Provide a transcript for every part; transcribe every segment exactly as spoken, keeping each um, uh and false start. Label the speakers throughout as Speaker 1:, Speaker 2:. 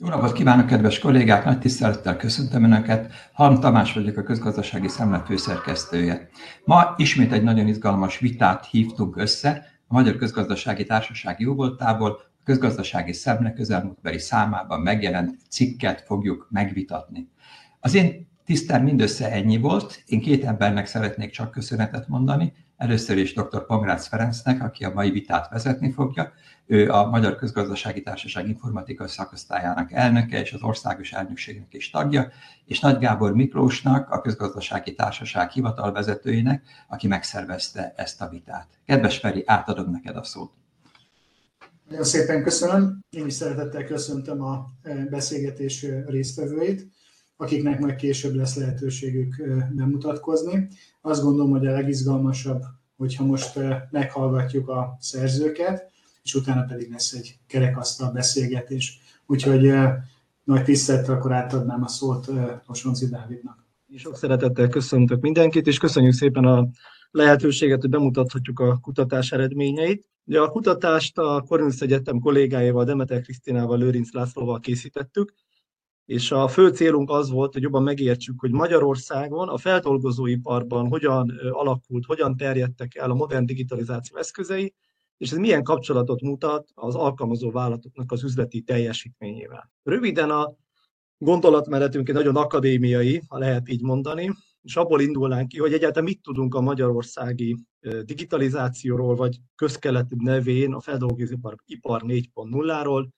Speaker 1: Jó napot kívánok, kedves kollégák! Nagy tisztelettel köszöntöm Önöket. Halm Tamás vagyok, a Közgazdasági Szemlet főszerkesztője. Ma ismét egy nagyon izgalmas vitát hívtunk össze a Magyar Közgazdasági Társaság jóvoltából. A Közgazdasági Szemle közelmúltbeli számában megjelent cikket fogjuk megvitatni. Az én tisztem mindössze ennyi volt. Én két embernek szeretnék csak köszönetet mondani. Először is dr. Pongrácz Ferencnek, aki a mai vitát vezetni fogja. Ő a Magyar Közgazdasági Társaság informatikai szakosztályának elnöke és az országos elnökségnek is tagja, és Nagy Gábor Miklósnak, a Közgazdasági Társaság hivatalvezetőjének, aki megszervezte ezt a vitát. Kedves Feri, átadom neked a szót.
Speaker 2: Nagyon szépen köszönöm. Én is szeretettel köszöntöm a beszélgetés résztvevőit, akiknek majd később lesz lehetőségük bemutatkozni. Azt gondolom, hogy a legizgalmasabb, hogyha most meghallgatjuk a szerzőket, és utána pedig lesz egy kerekasztal beszélgetés. Úgyhogy nagy tisztelettel akkor átadnám a szót Losonczy Dávidnak.
Speaker 3: Sok szeretettel köszöntök mindenkit, és köszönjük szépen a lehetőséget, hogy bemutathatjuk a kutatás eredményeit. Ugye a kutatást a Corvinus Egyetem kollégáival, Demeter Krisztinával, Lőrinc Lászlóval készítettük, és a fő célunk az volt, hogy jobban megértsük, hogy Magyarországon a feldolgozóiparban hogyan alakult, hogyan terjedtek el a modern digitalizáció eszközei, és ez milyen kapcsolatot mutat az alkalmazó vállalatoknak az üzleti teljesítményével. Röviden a gondolatmenetünk egy nagyon akadémiai, ha lehet így mondani, és abból indulnánk ki, hogy egyáltalán mit tudunk a magyarországi digitalizációról, vagy közkeletűbb nevén a feldolgozóipar négy pont nulláról.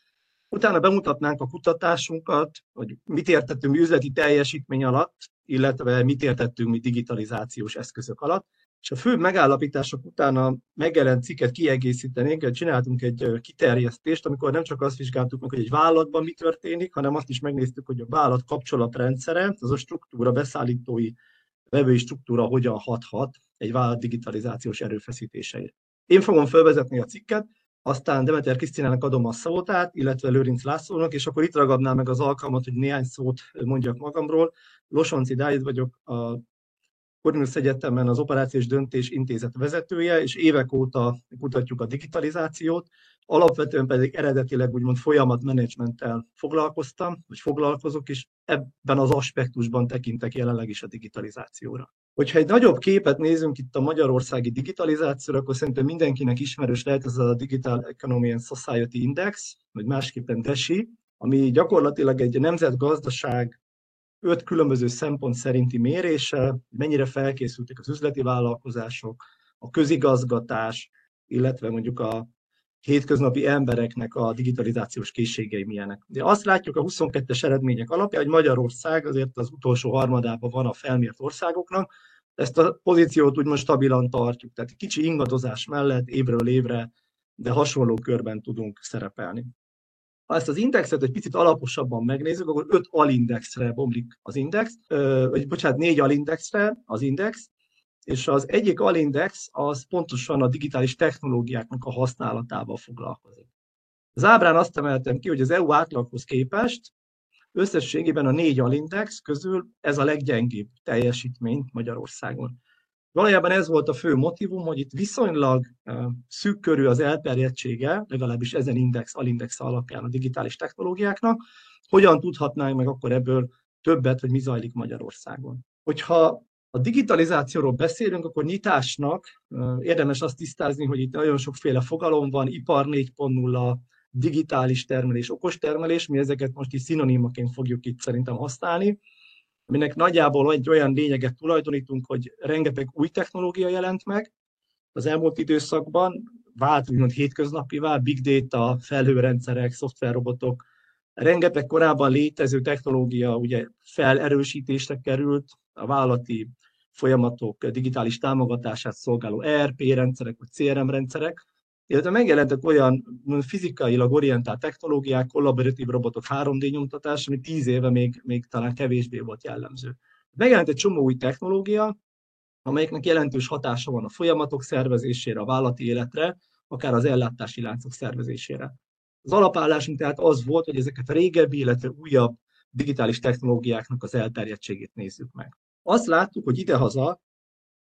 Speaker 3: Utána bemutatnánk a kutatásunkat, hogy mit értettünk mi üzleti teljesítmény alatt, illetve mit értettünk mi digitalizációs eszközök alatt. És a fő megállapítások után a megjelent cikket kiegészítenénk, csináltunk egy kiterjesztést, amikor nem csak azt vizsgáltuk meg, hogy egy vállalatban mi történik, hanem azt is megnéztük, hogy a vállalat kapcsolatrendszere, az a struktúra, beszállítói, vevői struktúra hogyan hathat egy vállalat digitalizációs erőfeszítéseire. Én fogom felvezetni a cikket, aztán Demeter Krisztinának adom a szót át, illetve Lőrinc Lászlónak, és akkor itt ragadnám meg az alkalmat, hogy néhány szót mondjak magamról. Losonczy Dávid vagyok, a Corvinus Egyetemen az Operációs Döntés Intézet vezetője, és évek óta kutatjuk a digitalizációt, alapvetően pedig eredetileg úgymond folyamatmenedzsmenttel foglalkoztam, vagy foglalkozok, és ebben az aspektusban tekintek jelenleg is a digitalizációra. Hogyha egy nagyobb képet nézünk itt a magyarországi digitalizációra, akkor szerintem mindenkinek ismerős lehet ez a Digital Economy and Society Index, vagy másképpen DESI, ami gyakorlatilag egy nemzetgazdaság öt különböző szempont szerinti mérése, mennyire felkészültek az üzleti vállalkozások, a közigazgatás, illetve mondjuk a hétköznapi embereknek a digitalizációs készségei milyenek. De azt látjuk a huszonkettes eredmények alapján, hogy Magyarország azért az utolsó harmadában van a felmért országoknak, ezt a pozíciót úgymond stabilan tartjuk, tehát kicsi ingadozás mellett évről évre, de hasonló körben tudunk szerepelni. Ha ezt az indexet egy picit alaposabban megnézzük, akkor öt alindexre bomlik az index, vagy bocsánat, négy alindexre az index, és az egyik alindex az pontosan a digitális technológiáknak a használatával foglalkozik. Az ábrán azt emeltem ki, hogy az é u átlaghoz képest összességében a négy alindex közül ez a leggyengébb teljesítmény Magyarországon. Valójában ez volt a fő motivum, hogy itt viszonylag szűk körű az elterjedtsége, legalábbis ezen index, alindex alapján a digitális technológiáknak, hogyan tudhatnánk meg akkor ebből többet, hogy mi zajlik Magyarországon. Hogyha a digitalizációról beszélünk, akkor nyitásnak érdemes azt tisztázni, hogy itt nagyon sokféle fogalom van, ipar négy pont nulla, digitális termelés, okos termelés, mi ezeket most is szinonimaként fogjuk itt szerintem használni, aminek nagyjából egy olyan lényeget tulajdonítunk, hogy rengeteg új technológia jelent meg az elmúlt időszakban, vált úgymond hétköznapivá, big data, felhőrendszerek, szoftverrobotok, rengeteg korábban létező technológia ugye felerősítésre került, a vállalati folyamatok digitális támogatását szolgáló é er pé rendszerek vagy cé er em rendszerek, illetve megjelentek olyan fizikailag orientált technológiák, kollaboratív robotok, három dé nyomtatás, ami tíz éve még, még talán kevésbé volt jellemző. Megjelent egy csomó új technológia, amelyeknek jelentős hatása van a folyamatok szervezésére, a vállalati életre, akár az ellátási láncok szervezésére. Az alapállásunk tehát az volt, hogy ezeket a régebbi, illetve újabb digitális technológiáknak az elterjedtségét nézzük meg. Azt láttuk, hogy idehaza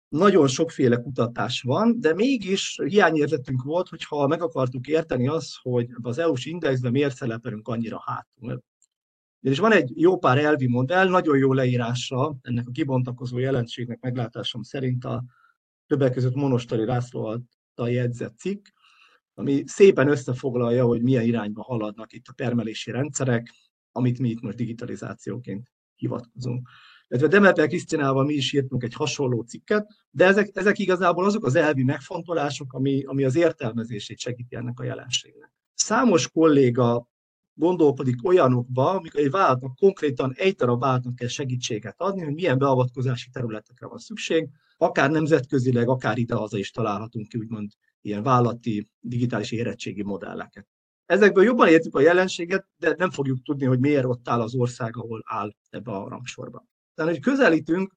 Speaker 3: nagyon sokféle kutatás van, de mégis hiányérzetünk volt, hogyha meg akartuk érteni azt, hogy az é u-s indexben miért szerepelünk annyira hátul. És van egy jó pár elvi modell, nagyon jó leírása ennek a kibontakozó jelenségnek meglátásom szerint a többek között Monostori László által jegyzett cikk, ami szépen összefoglalja, hogy milyen irányba haladnak itt a termelési rendszerek, amit mi itt most digitalizációként hivatkozunk. Illetve Demeter Krisztinával mi is írtunk egy hasonló cikket, de ezek, ezek igazából azok az elvi megfontolások, ami, ami az értelmezését segíti ennek a jelenségnek. Számos kolléga gondolkodik olyanokba, amikor egy vállalatnak konkrétan egy darab vállalatnak kell segítséget adni, hogy milyen beavatkozási területekre van szükség, akár nemzetközileg, akár idehaza is találhatunk ki úgymond ilyen vállalati digitális érettségi modelleket. Ezekből jobban értjük a jelenséget, de nem fogjuk tudni, hogy miért ott áll az ország, ahol áll ebbe a rangsorban. Tehát, hogy közelítünk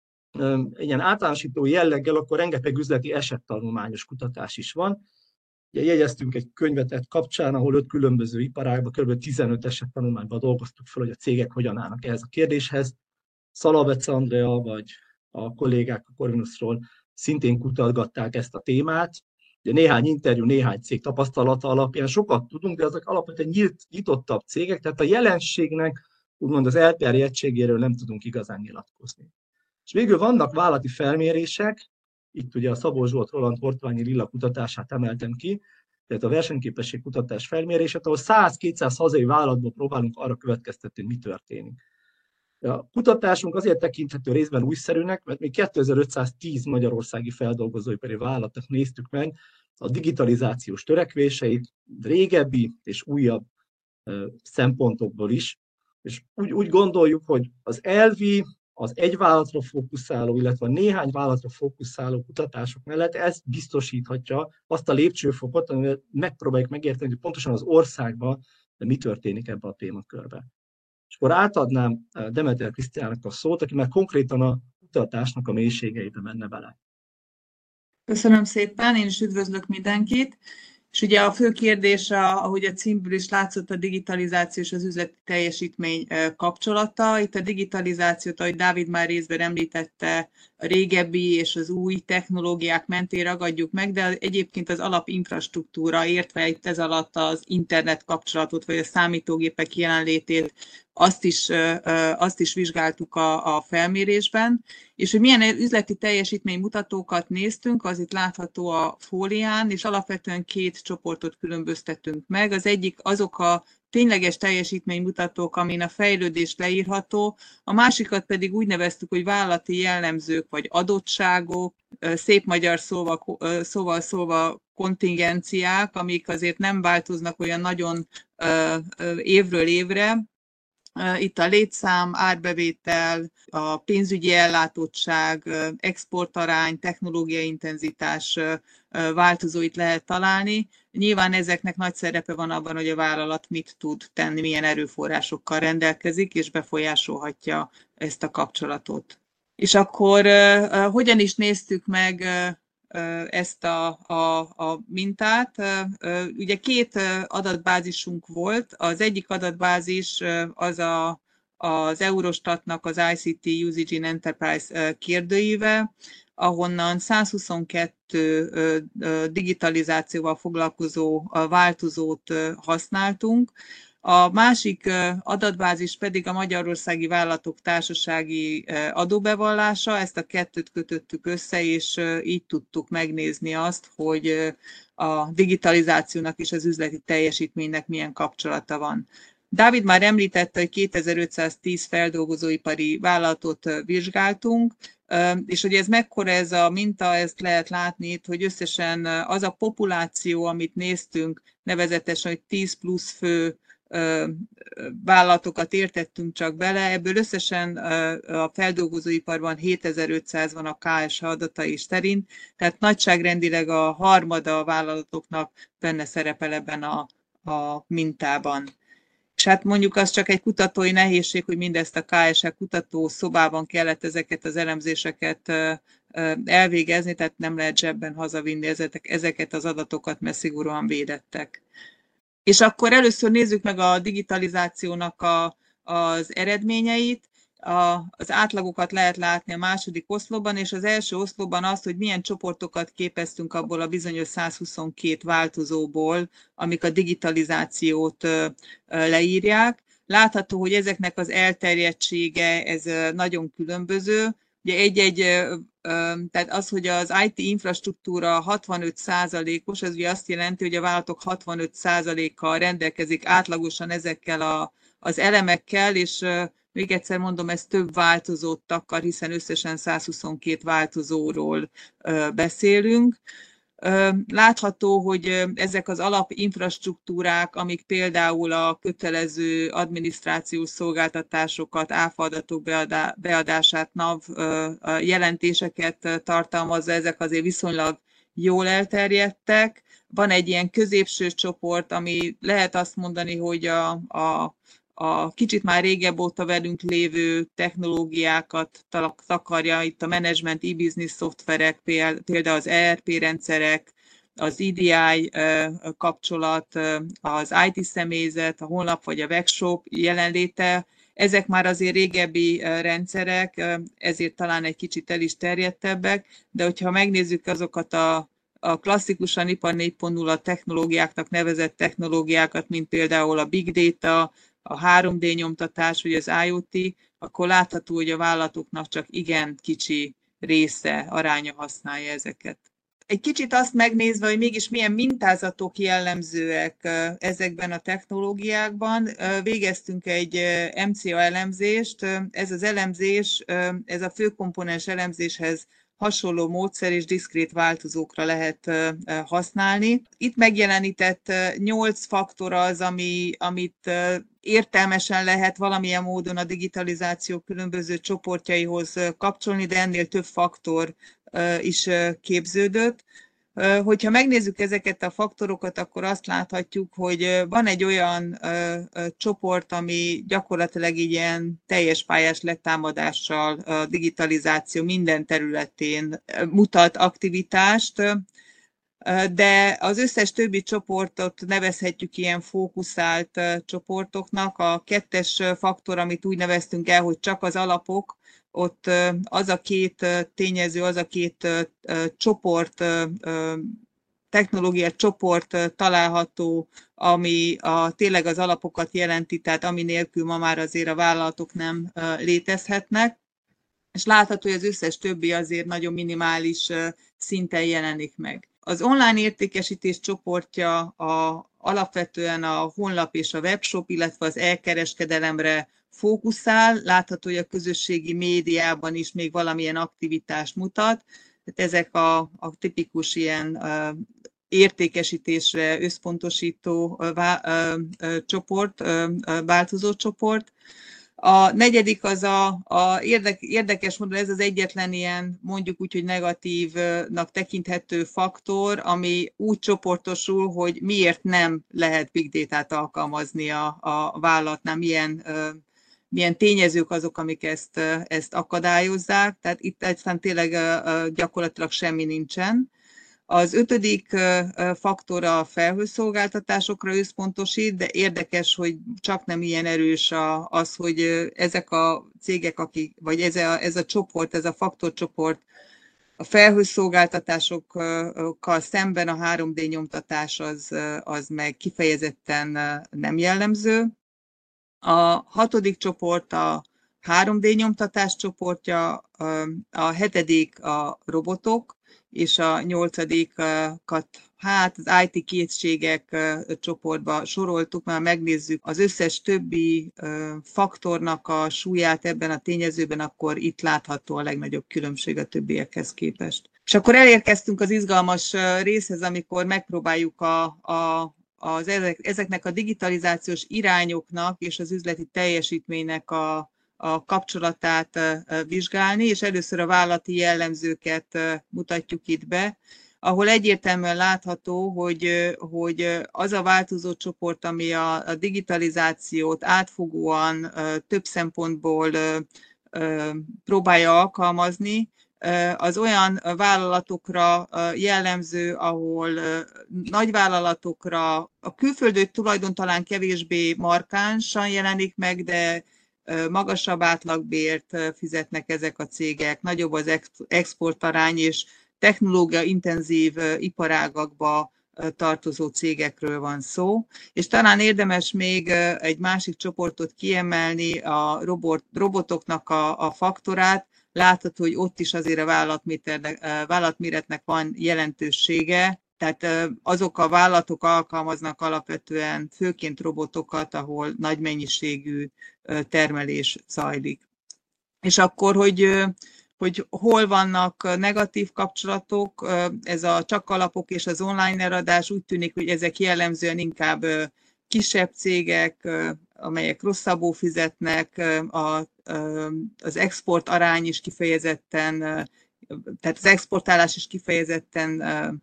Speaker 3: egy ilyen általánosító jelleggel, akkor rengeteg üzleti esettanulmányos kutatás is van. Ugye jegyeztünk egy könyvet kapcsán, ahol öt különböző iparágban, kb. tizenöt esettanulmányban dolgoztuk fel, hogy a cégek hogyan állnak ehhez a kérdéshez. Szalabec Andrea vagy a kollégák a Corvinusról szintén kutatgatták ezt a témát. Ugye néhány interjú, néhány cég tapasztalata alapján sokat tudunk, de azok alapvetően nyílt, nyitottabb cégek, tehát a jelenségnek úgymond az elterjedtségéről nem tudunk igazán nyilatkozni. És végül vannak vállalati felmérések, itt ugye a Szabó Zsolt Roland Hortolányi Lilla kutatását emeltem ki, tehát a versenyképesség kutatás felmérését, ahol száz-kétszáz hazai vállalatból próbálunk arra következtetni, hogy mi történik. A kutatásunk azért tekinthető részben újszerűnek, mert mi kétezer-ötszáztíz magyarországi feldolgozóipari vállalatnak néztük meg a digitalizációs törekvéseit, régebbi és újabb szempontokból is, és úgy, úgy gondoljuk, hogy az elvi, az egy vállalatra fókuszáló, illetve a néhány vállalatra fókuszáló kutatások mellett ez biztosíthatja azt a lépcsőfokot, amivel megpróbáljuk megérteni, hogy pontosan az országban mi történik ebbe a témakörbe. És akkor átadnám Demeter Krisztinának a szót, aki már konkrétan a kutatásnak a mélységeibe menne bele.
Speaker 4: Köszönöm szépen, én is üdvözlök mindenkit. És ugye a fő kérdés, ahogy a címből is látszott, a digitalizáció és az üzleti teljesítmény kapcsolata. Itt a digitalizációt, ahogy Dávid már részben említette, a régebbi és az új technológiák mentén ragadjuk meg, de egyébként az alapinfrastruktúra, értve itt ez alatt az internet kapcsolatot, vagy a számítógépek jelenlétét, azt is, azt is vizsgáltuk a, a felmérésben. És hogy milyen üzleti teljesítménymutatókat néztünk, az itt látható a fólián, és alapvetően két csoportot különböztetünk meg. Az egyik azok a tényleges teljesítménymutatók, amin a fejlődés leírható, a másikat pedig úgy neveztük, hogy vállalati jellemzők vagy adottságok, szép magyar szóval, szóval szólva kontingenciák, amik azért nem változnak olyan nagyon évről évre. Itt a létszám, árbevétel, a pénzügyi ellátottság, exportarány, technológiai intenzitás változóit lehet találni. Nyilván ezeknek nagy szerepe van abban, hogy a vállalat mit tud tenni, milyen erőforrásokkal rendelkezik, és befolyásolhatja ezt a kapcsolatot. És akkor hogyan is néztük meg ezt a, a, a mintát? Ugye két adatbázisunk volt. Az egyik adatbázis az a, az Eurostatnak az I C T Usage in Enterprise kérdőíve, ahonnan százhuszonkettő digitalizációval foglalkozó változót használtunk. A másik adatbázis pedig a magyarországi vállalatok társasági adóbevallása, ezt a kettőt kötöttük össze, és így tudtuk megnézni azt, hogy a digitalizációnak és az üzleti teljesítménynek milyen kapcsolata van. Dávid már említette, hogy kétezer-ötszáztíz feldolgozóipari vállalatot vizsgáltunk, és hogy ez mekkora ez a minta, ezt lehet látni itt, hogy összesen az a populáció, amit néztünk, nevezetesen, hogy tíz plusz fő vállalatokat értettünk csak bele, ebből összesen a feldolgozóiparban hétezer-ötszáz van a K S H adatai szerint, tehát nagyságrendileg a harmada a vállalatoknak benne szerepel ebben a, a mintában. És hát mondjuk az csak egy kutatói nehézség, hogy mindezt a K S H kutató szobában kellett ezeket az elemzéseket elvégezni, tehát nem lehet zsebben hazavinni ezeket az adatokat, mert szigorúan védettek. És akkor először nézzük meg a digitalizációnak a, az eredményeit. az átlagokat lehet látni a második oszlopban, és az első oszlopban azt, hogy milyen csoportokat képeztünk abból a bizonyos százhuszonkettő változóból, amik a digitalizációt leírják. Látható, hogy ezeknek az elterjedtsége ez nagyon különböző. Ugye egy-egy, tehát az, hogy az i té infrastruktúra hatvanöt százalékos, ez ugye azt jelenti, hogy a vállalatok hatvanöt százalékkal rendelkezik átlagosan ezekkel a, az elemekkel, és még egyszer mondom, ez több változót takar, hiszen összesen százhuszonkettő változóról beszélünk. Látható, hogy ezek az alapinfrastruktúrák, amik például a kötelező adminisztrációs szolgáltatásokat, áfaadatok beadását, NAV jelentéseket tartalmazza, ezek azért viszonylag jól elterjedtek. Van egy ilyen középső csoport, ami lehet azt mondani, hogy a, a a kicsit már régebb óta velünk lévő technológiákat takarja, itt a management e-business szoftverek, például az e er pé rendszerek, az i dé i kapcsolat, az i té személyzet, a honlap vagy a webshop jelenléte, ezek már azért régebbi rendszerek, ezért talán egy kicsit el is terjedtebbek, de hogyha megnézzük azokat a a klasszikusan ipar négy pont nulla technológiáknak nevezett technológiákat, mint például a big data, a három dé nyomtatás, vagy az i o té, akkor látható, hogy a vállalatoknak csak igen kicsi része, aránya használja ezeket. Egy kicsit azt megnézve, hogy mégis milyen mintázatok jellemzőek ezekben a technológiákban, végeztünk egy em cé á elemzést. Ez az elemzés, ez a főkomponens elemzéshez hasonló módszer és diszkrét változókra lehet használni. Itt megjelenített nyolc faktor az, ami, amit értelmesen lehet valamilyen módon a digitalizáció különböző csoportjaihoz kapcsolni, de ennél több faktor is képződött. Hogyha megnézzük ezeket a faktorokat, akkor azt láthatjuk, hogy van egy olyan csoport, ami gyakorlatilag ilyen teljes pályás letámadással a digitalizáció minden területén mutat aktivitást, de az összes többi csoportot nevezhetjük ilyen fókuszált csoportoknak. A kettes faktor, amit úgy neveztünk el, hogy csak az alapok, ott az a két tényező, az a két csoport, technológia csoport található, ami a, tényleg az alapokat jelenti, tehát ami nélkül ma már azért a vállalatok nem létezhetnek. És látható, hogy az összes többi azért nagyon minimális szinten jelenik meg. Az online értékesítés csoportja a, alapvetően a honlap és a webshop, illetve az elkereskedelemre fókuszál. Látható, hogy a közösségi médiában is még valamilyen aktivitást mutat. Tehát ezek a, a tipikus ilyen uh, értékesítésre összpontosító uh, uh, uh, csoport, uh, uh, változó csoport. A negyedik az a, a érdek, érdekes módon ez az egyetlen ilyen, mondjuk úgy, hogy negatívnak tekinthető faktor, ami úgy csoportosul, hogy miért nem lehet big data-t alkalmazni a, a vállalatnál, milyen, milyen tényezők azok, amik ezt, ezt akadályozzák. Tehát itt egyszerűen tényleg gyakorlatilag semmi nincsen. Az ötödik faktor a felhőszolgáltatásokra összpontosít, de érdekes, hogy csak nem ilyen erős az, hogy ezek a cégek, akik, vagy ez a, ez a csoport, ez a faktorcsoport a felhőszolgáltatásokkal szemben a három dé nyomtatás az, az meg kifejezetten nem jellemző. A hatodik csoport a három dé nyomtatás csoportja, a hetedik a robotok, és a nyolcadikat, hát az i té készségek csoportba soroltuk, mert megnézzük az összes többi faktornak a súlyát ebben a tényezőben, akkor itt látható a legnagyobb különbség a többiekhez képest. És akkor elérkeztünk az izgalmas részhez, amikor megpróbáljuk a, a, az, ezeknek a digitalizációs irányoknak és az üzleti teljesítménynek a a kapcsolatát vizsgálni, és először a vállalati jellemzőket mutatjuk itt be, ahol egyértelműen látható, hogy, hogy az a változó csoport, ami a, a digitalizációt átfogóan több szempontból próbálja alkalmazni, az olyan vállalatokra jellemző, ahol nagyvállalatokra a külföldi tulajdon talán kevésbé markánsan jelenik meg, de magasabb átlagbért fizetnek ezek a cégek, nagyobb az exportarány, és technológia intenzív iparágakba tartozó cégekről van szó, és talán érdemes még egy másik csoportot kiemelni, a robot, robotoknak a, a faktorát. Látható, hogy ott is azért a vállalatméretnek van jelentősége, tehát azok a vállalatok alkalmaznak alapvetően főként robotokat, ahol nagy mennyiségű termelés zajlik. És akkor, hogy hogy hol vannak negatív kapcsolatok, ez a csak alapok és az online eladás úgy tűnik, hogy ezek jellemzően inkább kisebb cégek, amelyek rosszabbul fizetnek, az export arány is kifejezetten, tehát az exportálás is kifejezetten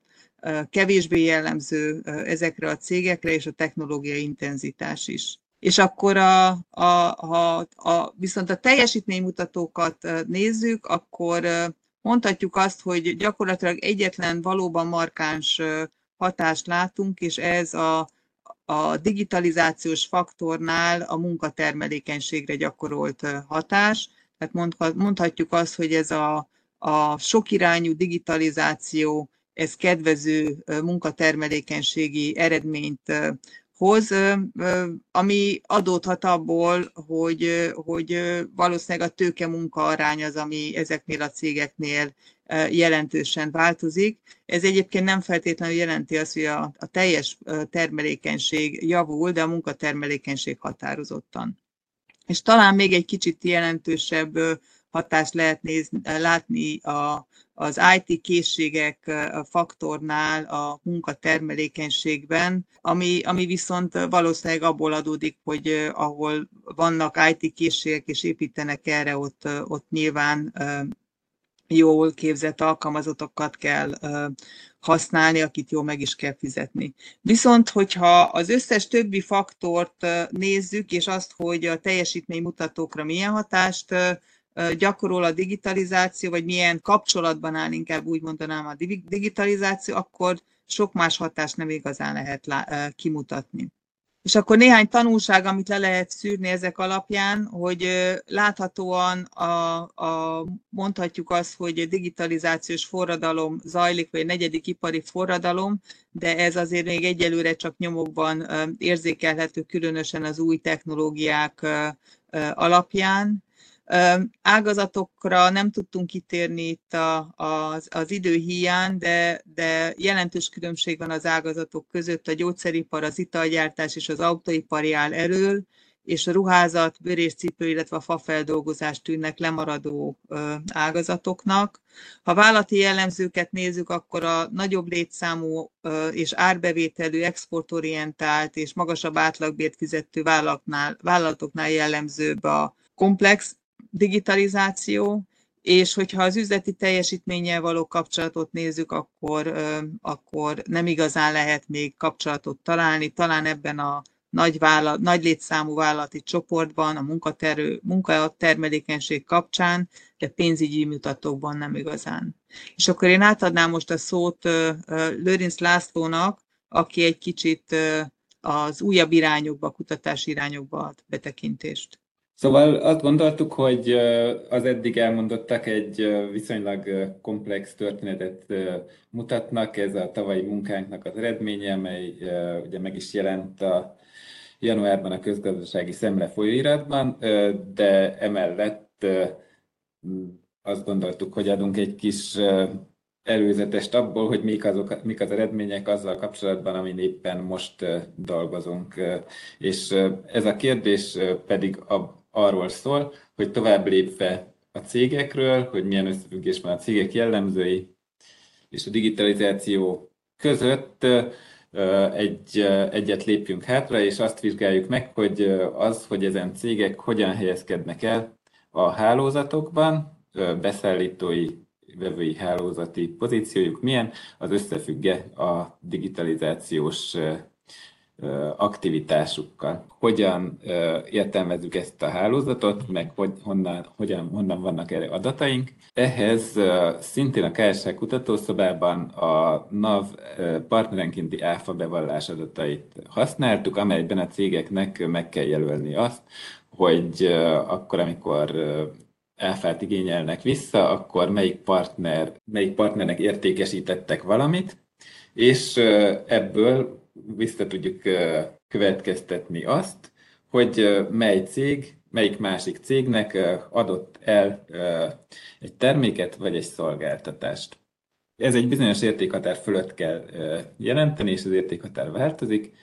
Speaker 4: kevésbé jellemző ezekre a cégekre, és a technológiai intenzitás is. És akkor a, a, a, a, viszont a teljesítménymutatókat nézzük, akkor mondhatjuk azt, hogy gyakorlatilag egyetlen valóban markáns hatást látunk, és ez a, a digitalizációs faktornál a munkatermelékenységre gyakorolt hatás. Tehát mondhatjuk azt, hogy ez a, a sokirányú digitalizáció, ez kedvező munkatermelékenységi eredményt hoz, ami adódhat abból, hogy, hogy valószínűleg a tőke-munka arány az, ami ezeknél a cégeknél jelentősen változik. Ez egyébként nem feltétlenül jelenti azt, hogy a, a teljes termelékenység javul, de a munkatermelékenység határozottan. És talán még egy kicsit jelentősebb hatást lehet nézni, látni a, az i té készségek faktornál a munkatermelékenységben, ami, ami viszont valószínűleg abból adódik, hogy ahol vannak i té készségek és építenek erre, ott, ott nyilván jól képzett alkalmazottokat kell használni, akit jól meg is kell fizetni. Viszont, hogyha az összes többi faktort nézzük, és azt, hogy a teljesítménymutatókra milyen hatást gyakorol a digitalizáció, vagy milyen kapcsolatban áll, inkább úgy mondanám a digitalizáció, akkor sok más hatást nem igazán lehet kimutatni. És akkor néhány tanulság, amit le lehet szűrni ezek alapján, hogy láthatóan a, a, mondhatjuk azt, hogy a digitalizációs forradalom zajlik, vagy a negyedik ipari forradalom, de ez azért még egyelőre csak nyomokban érzékelhető, különösen az új technológiák alapján. Ágazatokra nem tudtunk kitérni itt a, az, az idő hiány, de, de jelentős különbség van az ágazatok között. A gyógyszeripar, az italgyártás és az autóipari áll elől, és a ruházat, bőr-és-cipő, illetve a fafeldolgozás tűnnek lemaradó ágazatoknak. Ha vállalati jellemzőket nézzük, akkor a nagyobb létszámú és árbevételű, exportorientált és magasabb átlagbért fizető vállalatoknál jellemzőbb a komplex digitalizáció, és hogyha az üzleti teljesítménnyel való kapcsolatot nézzük, akkor, akkor nem igazán lehet még kapcsolatot találni. Talán ebben a nagy, vállalat, nagy létszámú vállalati csoportban, a munkaterő, munkatermelékenység kapcsán, de pénzügyi mutatókban nem igazán. És akkor én átadnám most a szót Lőrinc Lászlónak, aki egy kicsit az újabb irányokba, kutatási irányokba ad betekintést.
Speaker 5: Szóval azt gondoltuk, hogy az eddig elmondottak egy viszonylag komplex történetet mutatnak, ez a tavalyi munkánknak az eredménye, amely ugye meg is jelent a januárban a közgazdasági szemle folyóiratban, de emellett azt gondoltuk, hogy adunk egy kis előzetest abból, hogy mik, azok, mik az eredmények azzal kapcsolatban, amin éppen most dolgozunk. És ez a kérdés pedig a arról szól, hogy tovább lépve a cégekről, hogy milyen összefüggés van a cégek jellemzői és a digitalizáció között, egy, egyet lépjünk hátra, és azt vizsgáljuk meg, hogy az, hogy ezen cégek hogyan helyezkednek el a hálózatokban, beszállítói, vevői hálózati pozíciójuk milyen, az összefügge a digitalizációs aktivitásukkal. Hogyan értelmezzük ezt a hálózatot, meg hogy honnan, hogyan, honnan vannak erre adataink. Ehhez szintén a ká es há kutatószobában a NAV partnerenkénti áfa bevallás adatait használtuk, amelyben a cégeknek meg kell jelölni azt, hogy akkor, amikor áfát igényelnek vissza, akkor melyik partner, melyik partnernek értékesítettek valamit, és ebből vissza tudjuk következtetni azt, hogy mely cég, melyik másik cégnek adott el egy terméket vagy egy szolgáltatást. Ez egy bizonyos értékhatár fölött kell jelenteni, és az értékhatár változik,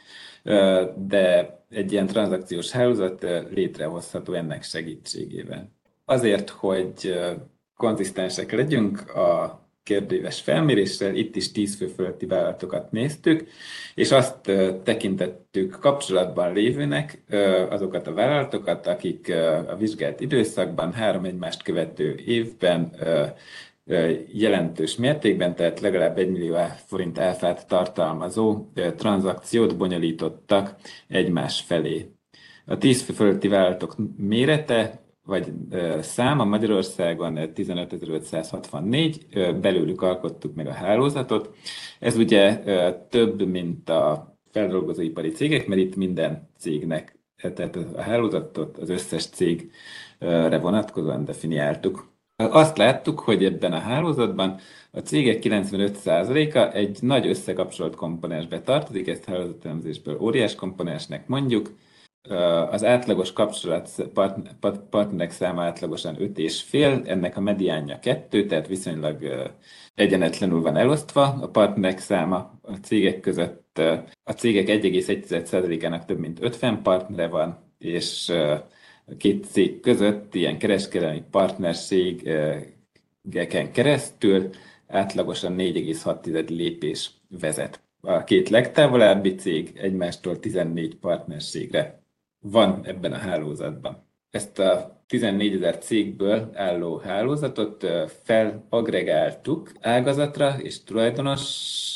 Speaker 5: de egy ilyen tranzakciós hálózat létrehozható ennek segítségével. Azért, hogy konzisztensek legyünk a kérdéves felméréssel, itt is tíz fő fölötti vállalatokat néztük, és azt tekintettük kapcsolatban lévőnek azokat a vállalatokat, akik a vizsgált időszakban három egymást követő évben jelentős mértékben, tehát legalább egy millió forint áfát tartalmazó tranzakciót bonyolítottak egymás felé. A tíz fő fölötti vállalatok mérete vagy száma Magyarországon tizenötezer-ötszázhatvannégy, belőlük alkottuk meg a hálózatot. Ez ugye több, mint a feldolgozóipari cégek, mert itt minden cégnek, tehát a hálózatot az összes cégre vonatkozóan definiáltuk. Azt láttuk, hogy ebben a hálózatban a cégek kilencvenöt százaléka egy nagy összekapcsolt komponensbe tartozik, ezt hálózatelemzésből óriás komponensnek mondjuk. Az átlagos kapcsolat partnerek száma átlagosan öt és fél, ennek a mediánja kettő, tehát viszonylag egyenetlenül van elosztva a partnerek száma a cégek között. A cégek egy egész egy százalékának több mint ötven partnere van, és a két cég között ilyen kereskedelmi partnerségeken keresztül átlagosan négy egész hat lépés vezet. A két legtávolabbi cég egymástól tizennégy partnerségre van ebben a hálózatban. Ezt a tizennégyezer cégből álló hálózatot felagregáltuk ágazatra és tulajdonos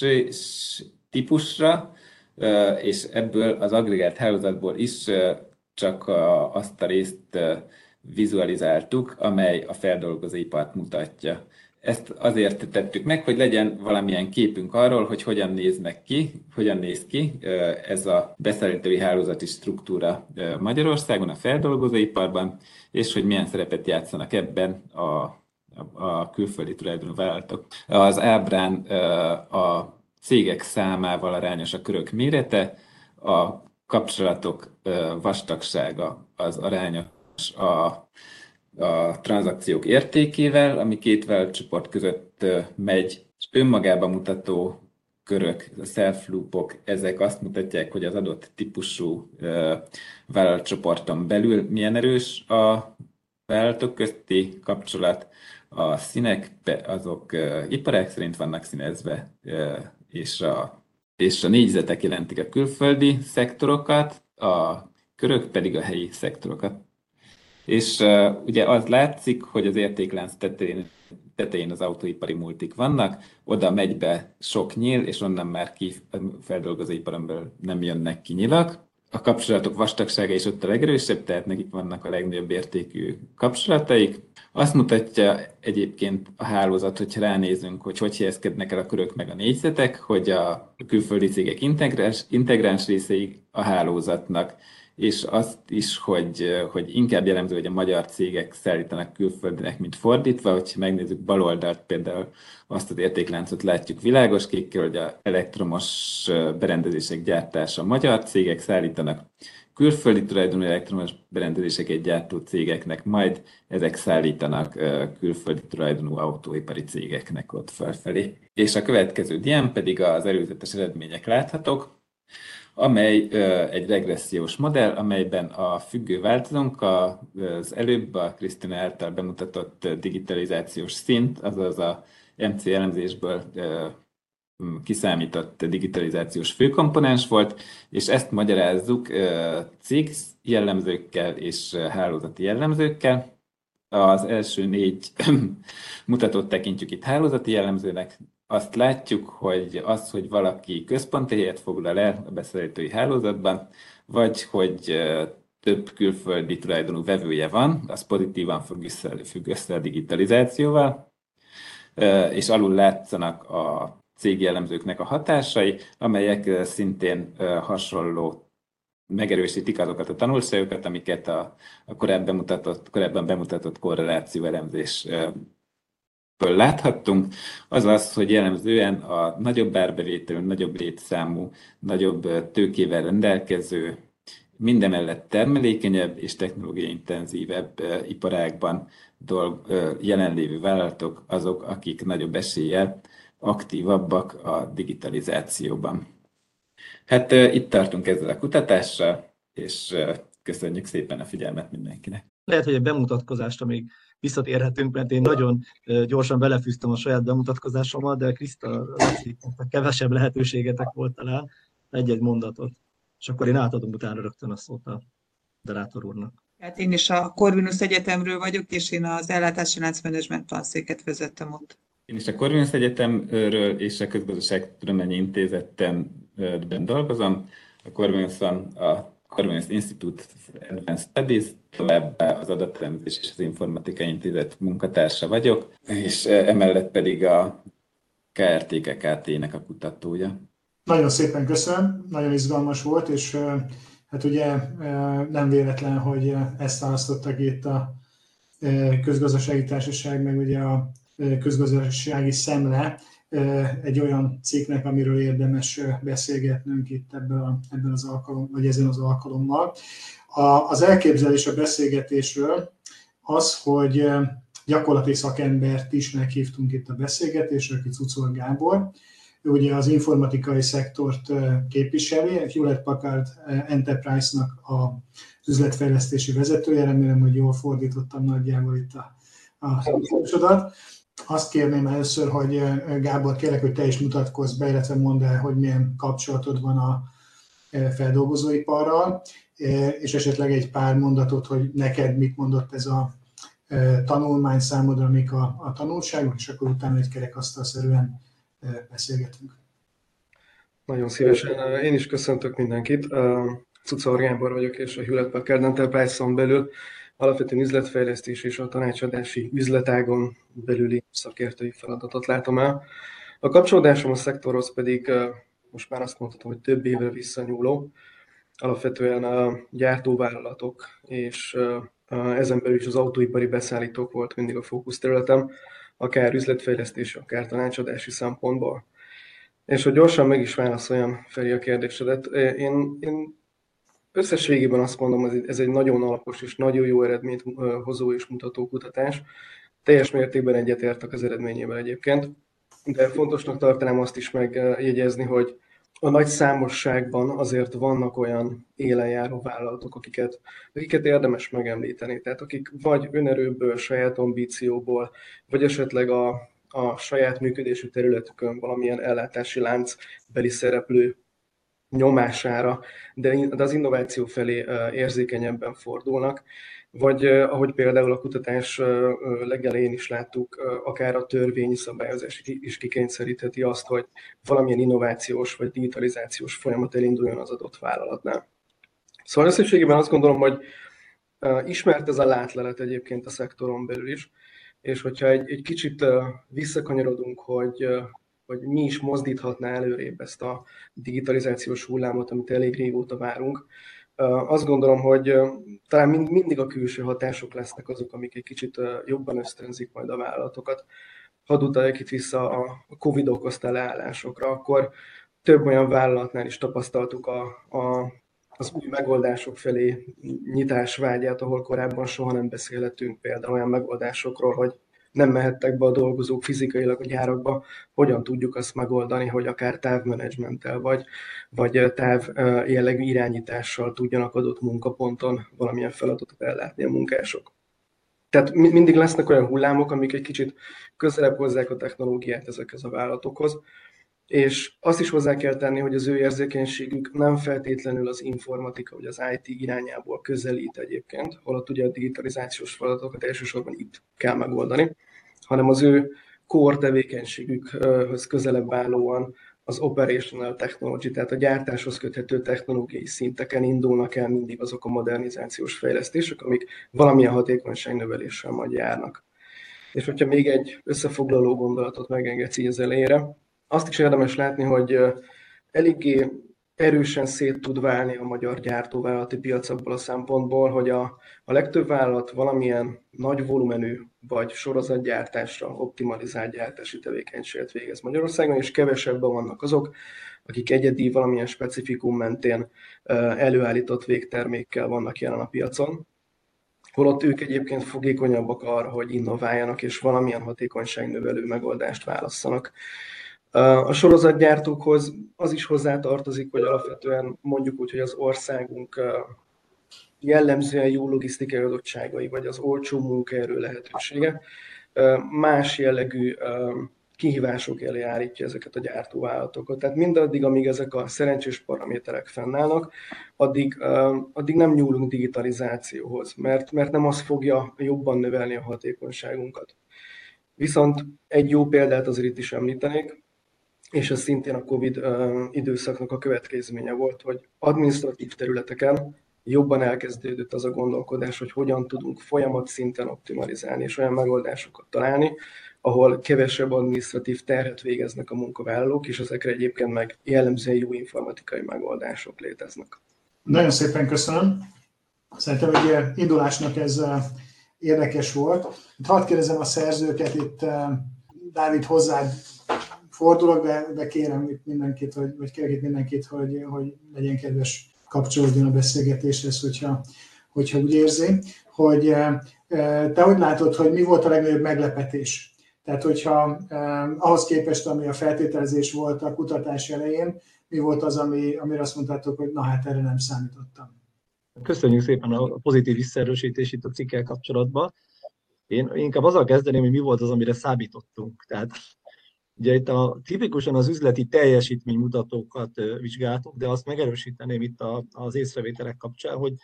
Speaker 5: típusra, és ebből az agregált hálózatból is csak azt a részt vizualizáltuk, amely a feldolgozóipart mutatja. Ezt azért tettük meg, hogy legyen valamilyen képünk arról, hogy hogyan néznek ki, hogyan néz ki ez a beszállítói hálózati struktúra Magyarországon, a feldolgozóiparban, és hogy milyen szerepet játszanak ebben a, a külföldi tulajdonú vállalatok. Az ábrán a cégek számával arányos a körök mérete, a kapcsolatok vastagsága az arányos a a tranzakciók értékével, ami két vállalatcsoport között megy, és önmagában mutató körök, a self-loopok, ezek azt mutatják, hogy az adott típusú vállalatcsoporton belül milyen erős a vállalatok közti kapcsolat. A színek azok iparág szerint vannak színezve, és a, és a négyzetek jelentik a külföldi szektorokat, a körök pedig a helyi szektorokat. És uh, ugye az látszik, hogy az értéklánc tetején, tetején az autóipari multik vannak, oda megy be sok nyíl, és onnan már ki feldolgozóiparon belül nem jönnek ki nyilak. A kapcsolatok vastagsága is ott a legerősebb, tehát nekik vannak a legnagyobb értékű kapcsolataik. Azt mutatja egyébként a hálózat, hogyha ránézünk, hogy hogy helyezkednek el a körök meg a négyzetek, hogy a külföldi cégek integráns, integráns részei a hálózatnak, és azt is, hogy, hogy inkább jellemző, hogy a magyar cégek szállítanak külföldinek, mint fordítva, hogyha megnézzük bal oldalt, például azt az értékláncot látjuk világos kékkel, hogy az elektromos berendezések gyártása a magyar cégek szállítanak külföldi tulajdonú elektromos berendezéseket gyártó cégeknek, majd ezek szállítanak külföldi tulajdonú autóipari cégeknek ott felfelé. És a következő dián pedig az előzetes eredmények láthatók, amely egy regressziós modell, amelyben a függő változónk az előbb a Krisztina által bemutatott digitalizációs szint, azaz a em cé elemzésből kiszámított digitalizációs főkomponens volt, és ezt magyarázzuk cég jellemzőkkel és hálózati jellemzőkkel. Az első négy mutatót tekintjük itt hálózati jellemzőnek, azt látjuk, hogy az, hogy valaki központi helyet foglal el a beszállítói hálózatban, vagy hogy több külföldi tulajdonú vevője van, az pozitívan függ össze, függ össze a digitalizációval, és alul látszanak a cégi elemzőknek a hatásai, amelyek szintén hasonló megerősítik azokat a tanulságokat, amiket a, a korábban bemutatott, korábban bemutatott korreláció elemzésből láthattunk, az az, hogy jellemzően a nagyobb árbevételű, nagyobb létszámú, nagyobb tőkével rendelkező, mindemellett termelékenyebb és technológiai intenzívebb iparágban dolg, jelenlévő vállalatok azok, akik nagyobb eséllyel aktívabbak a digitalizációban. Hát itt tartunk ezzel a kutatással, és köszönjük szépen a figyelmet mindenkinek.
Speaker 3: Lehet, hogy egy bemutatkozásra még visszatérhetünk, mert én nagyon gyorsan belefűztem a saját bemutatkozásommal, de Kriszta, kevesebb lehetőségetek volt talán, egy-egy mondatot. És akkor én átadom utána rögtön a szót a moderátor úrnak.
Speaker 4: Hát én is a Corvinus Egyetemről vagyok, és én az ellátási láncmenedzsment tanszéket vezettem ott.
Speaker 5: Én is a Corvinus Egyetemről és a Közgazdaságtudományi Intézetben dolgozom. A Corvinuson a Corvinus Institute for Advanced Studies, továbbá az Adatelemzés és az Informatikai Intézet munkatársa vagyok, és emellett pedig a ká er té ká ká té-nek a kutatója.
Speaker 2: Nagyon szépen köszönöm, nagyon izgalmas volt, és hát ugye nem véletlen, hogy ezt választottak itt a Közgazdasági Társaság, meg ugye a Közgazdasági Szemle egy olyan cikknek, amiről érdemes beszélgetnünk itt ebben, a, ebben az alkalom, vagy ezen az alkalommal. A, az elképzelés a beszélgetésről az, hogy gyakorlati szakembert is meghívtunk itt a beszélgetésre, aki Czuczor Gábor. Ő ugye az informatikai szektort képviseli, a Hewlett Packard Enterprise-nak az üzletfejlesztési vezetője, remélem, hogy jól fordítottam nagyjából itt a, a szósodat. Azt kérném először, hogy Gábor, kérlek, hogy te is mutatkozz be, illetve mondd el, hogy milyen kapcsolatod van a feldolgozóiparral, és esetleg egy pár mondatot, hogy neked mit mondott ez a tanulmány számodra, mik a, a tanulságok, és akkor utána egy kerekasztalszerűen beszélgetünk.
Speaker 6: Nagyon szívesen. Én is köszöntök mindenkit. Czuczor Gábor vagyok, és a Hewlett Packard Enterprise-on belül alapvetően üzletfejlesztés és a tanácsadási üzletágon belüli szakértői feladatot látom el. A kapcsolódásom a szektorhoz pedig most már azt mondhatom, hogy több évre visszanyúló. Alapvetően a gyártóvállalatok és ezen belül is az autóipari beszállítók volt mindig a fókuszterületem, akár üzletfejlesztési, akár tanácsadási szempontból. És hogy gyorsan meg is válaszoljam Feri a kérdésedet, én, én összességében azt mondom, hogy ez egy nagyon alapos és nagyon jó eredményt hozó és mutató kutatás. Teljes mértékben egyetértek az eredményével egyébként, de fontosnak tartanám azt is megjegyezni, hogy a nagy számosságban azért vannak olyan élenjáró vállalatok, akiket, akiket érdemes megemlíteni. Tehát akik vagy önerőből, saját ambícióból, vagy esetleg a, a saját működésű területükön valamilyen ellátási láncbeli szereplő nyomására, de az innováció felé érzékenyebben fordulnak, vagy ahogy például a kutatás legelején is láttuk, akár a törvényi szabályozás is kikényszerítheti azt, hogy valamilyen innovációs vagy digitalizációs folyamat elinduljon az adott vállalatnál. Szóval összességében azt gondolom, hogy ismert ez a látlelet egyébként a szektoron belül is, és hogyha egy, egy kicsit visszakanyarodunk, hogy hogy mi is mozdíthatná előrébb ezt a digitalizációs hullámot, amit elég régóta várunk. Azt gondolom, hogy talán mindig a külső hatások lesznek azok, amik egy kicsit jobban ösztönzik majd a vállalatokat. Hadd utaljak itt vissza a Covid okozta leállásokra, akkor több olyan vállalatnál is tapasztaltuk a, a, az új megoldások felé nyitásvágyát, ahol korábban soha nem beszélhetünk például olyan megoldásokról, hogy nem mehettek be a dolgozók fizikailag a gyárakba, hogyan tudjuk azt megoldani, hogy akár távmenedzsmenttel vagy, vagy táv jellegű irányítással tudjanak adott munkaponton valamilyen feladatot ellátni a munkások. Tehát mindig lesznek olyan hullámok, amik egy kicsit közelebb hozzák a technológiát ezekhez a vállalatokhoz, és azt is hozzá kell tenni, hogy az ő érzékenységük nem feltétlenül az informatika vagy az i té irányából közelít egyébként, holott ugye a digitalizációs feladatokat elsősorban itt kell megoldani, hanem az ő core tevékenységükhöz közelebb állóan az operational technology, tehát a gyártáshoz köthető technológiai szinteken indulnak el mindig azok a modernizációs fejlesztések, amik valamilyen hatékonyságnöveléssel majd járnak. És hogyha még egy összefoglaló gondolatot megengedsz így az elejére, azt is érdemes látni, hogy eléggé erősen szét tud válni a magyar gyártóvállalati piac abból a szempontból, hogy a, a legtöbb vállalat valamilyen nagy volumenű vagy sorozatgyártásra optimalizált gyártási tevékenységet végez Magyarországon, és kevesebben vannak azok, akik egyedi, valamilyen specifikum mentén előállított végtermékkel vannak jelen a piacon, holott ők egyébként fogékonyabbak arra, hogy innováljanak és valamilyen hatékonyságnövelő megoldást válasszanak. A sorozatgyártókhoz az is hozzátartozik, hogy alapvetően mondjuk úgy, hogy az országunk jellemzően jó logisztikai adottságai, vagy az olcsó munkaerő lehetősége más jellegű kihívások elé állítja ezeket a gyártóvállalatokat. Tehát mindaddig, amíg ezek a szerencsés paraméterek fennállnak, addig, addig nem nyúlunk digitalizációhoz, mert, mert nem az fogja jobban növelni a hatékonyságunkat. Viszont egy jó példát azért itt is említenék, és ez szintén a Covid időszaknak a következménye volt, hogy adminisztratív területeken jobban elkezdődött az a gondolkodás, hogy hogyan tudunk folyamatszinten optimalizálni és olyan megoldásokat találni, ahol kevesebb adminisztratív terhet végeznek a munkavállalók, és ezekre egyébként meg jellemzően jó informatikai megoldások léteznek.
Speaker 2: Nagyon szépen köszönöm. Szerintem egy indulásnak ez érdekes volt. Hadd kérdezem a szerzőket, itt Dávid, hozzád fordulok, de, de kérem itt mindenkit, hogy, vagy kérek itt mindenkit, hogy, hogy legyen kedves, kapcsolódjon a beszélgetéshez, hogyha, hogyha úgy érzi. Hogy te hogy látod, hogy mi volt a legnagyobb meglepetés? Tehát, hogyha eh, ahhoz képest, ami a feltételezés volt a kutatás elején, mi volt az, ami, amire azt mondtátok, hogy na hát erre nem számítottam?
Speaker 3: Köszönjük szépen a pozitív visszaerősítést itt a cikkel kapcsolatban. Én inkább azzal kezdeném, hogy mi volt az, amire számítottunk. Tehát ugye itt a, tipikusan az üzleti teljesítménymutatókat vizsgáltuk, de azt megerősíteném itt a, az észrevételek kapcsán, hogy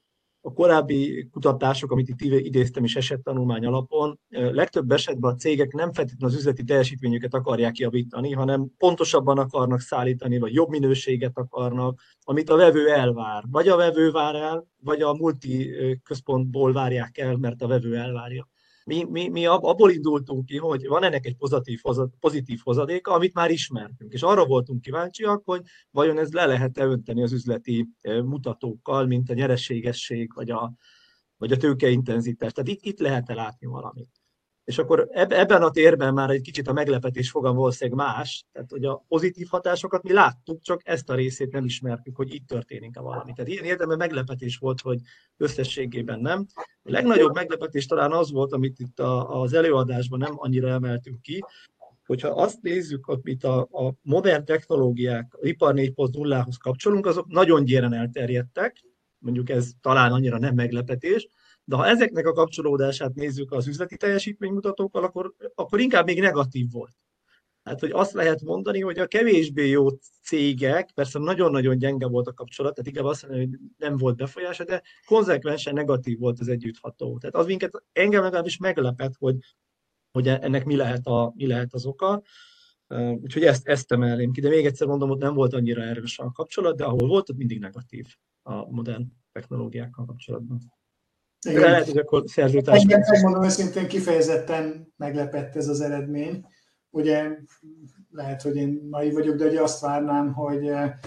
Speaker 3: a korábbi kutatások, amit itt idéztem is esettanulmány alapon, legtöbb esetben a cégek nem feltétlenül az üzleti teljesítményüket akarják javítani, hanem pontosabban akarnak szállítani, vagy jobb minőséget akarnak, amit a vevő elvár. Vagy a vevő vár el, vagy a multi központból várják el, mert a vevő elvárja. Mi, mi, mi abból indultunk ki, hogy van ennek egy pozitív, pozitív hozadéka, amit már ismertünk. És arra voltunk kíváncsiak, hogy vajon ez le lehet-e önteni az üzleti mutatókkal, mint a nyereségesség, vagy a, vagy a tőkeintenzitás. Tehát itt, itt lehet-e látni valamit. És akkor ebben a térben már egy kicsit a meglepetés fogalom valószínűleg más, tehát hogy a pozitív hatásokat mi láttuk, csak ezt a részét nem ismertük, hogy itt történik-e valami. Tehát ilyen értelemben meglepetés volt, hogy összességében nem. A legnagyobb meglepetés talán az volt, amit itt az előadásban nem annyira emeltünk ki, hogyha azt nézzük, amit a, a modern technológiák, a ipar négy pont nullához kapcsolunk, azok nagyon gyéren elterjedtek, mondjuk ez talán annyira nem meglepetés, de ha ezeknek a kapcsolódását nézzük az üzleti teljesítménymutatókkal, akkor, akkor inkább még negatív volt. Hát, hogy azt lehet mondani, hogy a kevésbé jó cégek, persze nagyon-nagyon gyenge volt a kapcsolat, tehát inkább azt mondani, hogy nem volt befolyása, de konzekvensen negatív volt az együttható. Tehát az minket, engem legalábbis meglepett, hogy, hogy ennek mi lehet, a, mi lehet az oka. Úgyhogy ezt, ezt emelném ki, de még egyszer mondom, hogy nem volt annyira erős a kapcsolat, de ahol volt, ott mindig negatív a modern technológiákkal kapcsolatban.
Speaker 2: Igen.
Speaker 3: Lehet, hogy akkor szerzőtárs...
Speaker 2: Engem megmondom őszintén, kifejezetten meglepett ez az eredmény. Ugye lehet, hogy én naiv vagyok, de ugye azt várnám, hogy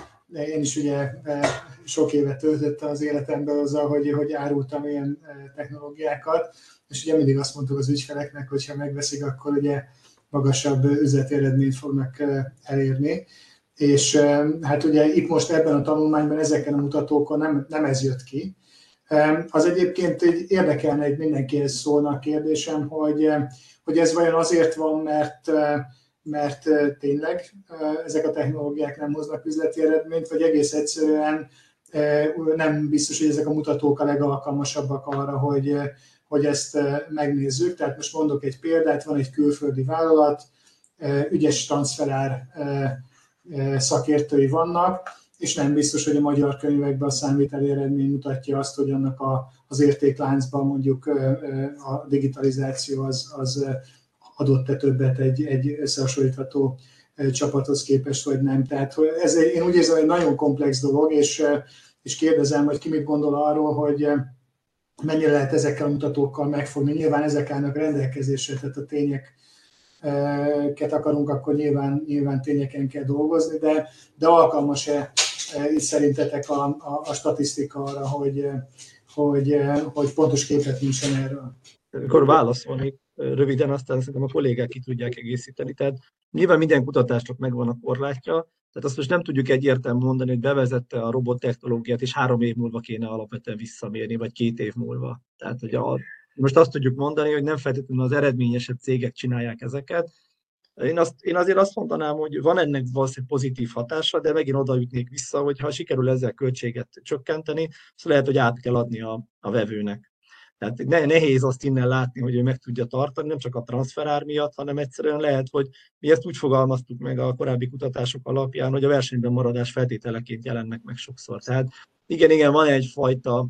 Speaker 2: én is ugye sok évet töltöttem az életemben azzal, hogy, hogy árultam ilyen technológiákat, és ugye mindig azt mondtuk az ügyfeleknek, hogy ha megveszik, akkor ugye magasabb üzleti eredményt fognak elérni. És hát ugye itt most ebben a tanulmányban ezeken a mutatókon nem, nem ez jött ki. Az egyébként érdekelne, hogy mindenkihez szólna a kérdésem, hogy, hogy ez vajon azért van, mert, mert tényleg ezek a technológiák nem hoznak üzleti eredményt, vagy egész egyszerűen nem biztos, hogy ezek a mutatók a legalkalmasabbak arra, hogy, hogy ezt megnézzük. Tehát most mondok egy példát, van egy külföldi vállalat, ügyes transferár szakértői vannak, és nem biztos, hogy a magyar könyvekben a számviteli eredmény mutatja azt, hogy annak a, az értékláncban mondjuk a digitalizáció az, az adott-e többet egy, egy összehasonlítható csapathoz képest, vagy nem. Tehát ez, én úgy érzem, egy nagyon komplex dolog, és, és kérdezem, hogy ki mit gondol arról, hogy mennyire lehet ezekkel a mutatókkal megfogni. Nyilván ezek állnak rendelkezésre, tehát a tényeket akarunk, akkor nyilván, nyilván tényeken kell dolgozni, de, de alkalmas-e itt szerintetek a, a, a statisztika arra, hogy, hogy, hogy pontos képet nincsen erről?
Speaker 3: Akkor válaszolnék röviden, aztán szerintem a kollégák ki tudják egészíteni. Tehát nyilván minden kutatásnak megvan a korlátja, tehát azt most nem tudjuk egyértelműen mondani, hogy bevezette a robot technológiát, és három év múlva kéne alapvetően visszamérni, vagy két év múlva. Tehát hogy a, most azt tudjuk mondani, hogy nem feltétlenül az eredményesebb cégek csinálják ezeket. Én, azt, én azért azt mondanám, hogy van ennek valószínűleg pozitív hatása, de megint oda jutnék vissza, hogy ha sikerül ezzel költséget csökkenteni, azt lehet, hogy át kell adni a, a vevőnek. Tehát ne, nehéz azt innen látni, hogy ő meg tudja tartani, nem csak a transferár miatt, hanem egyszerűen lehet, hogy mi ezt úgy fogalmaztuk meg a korábbi kutatások alapján, hogy a versenyben maradás feltételeként jelennek meg sokszor. Tehát igen, igen, van egyfajta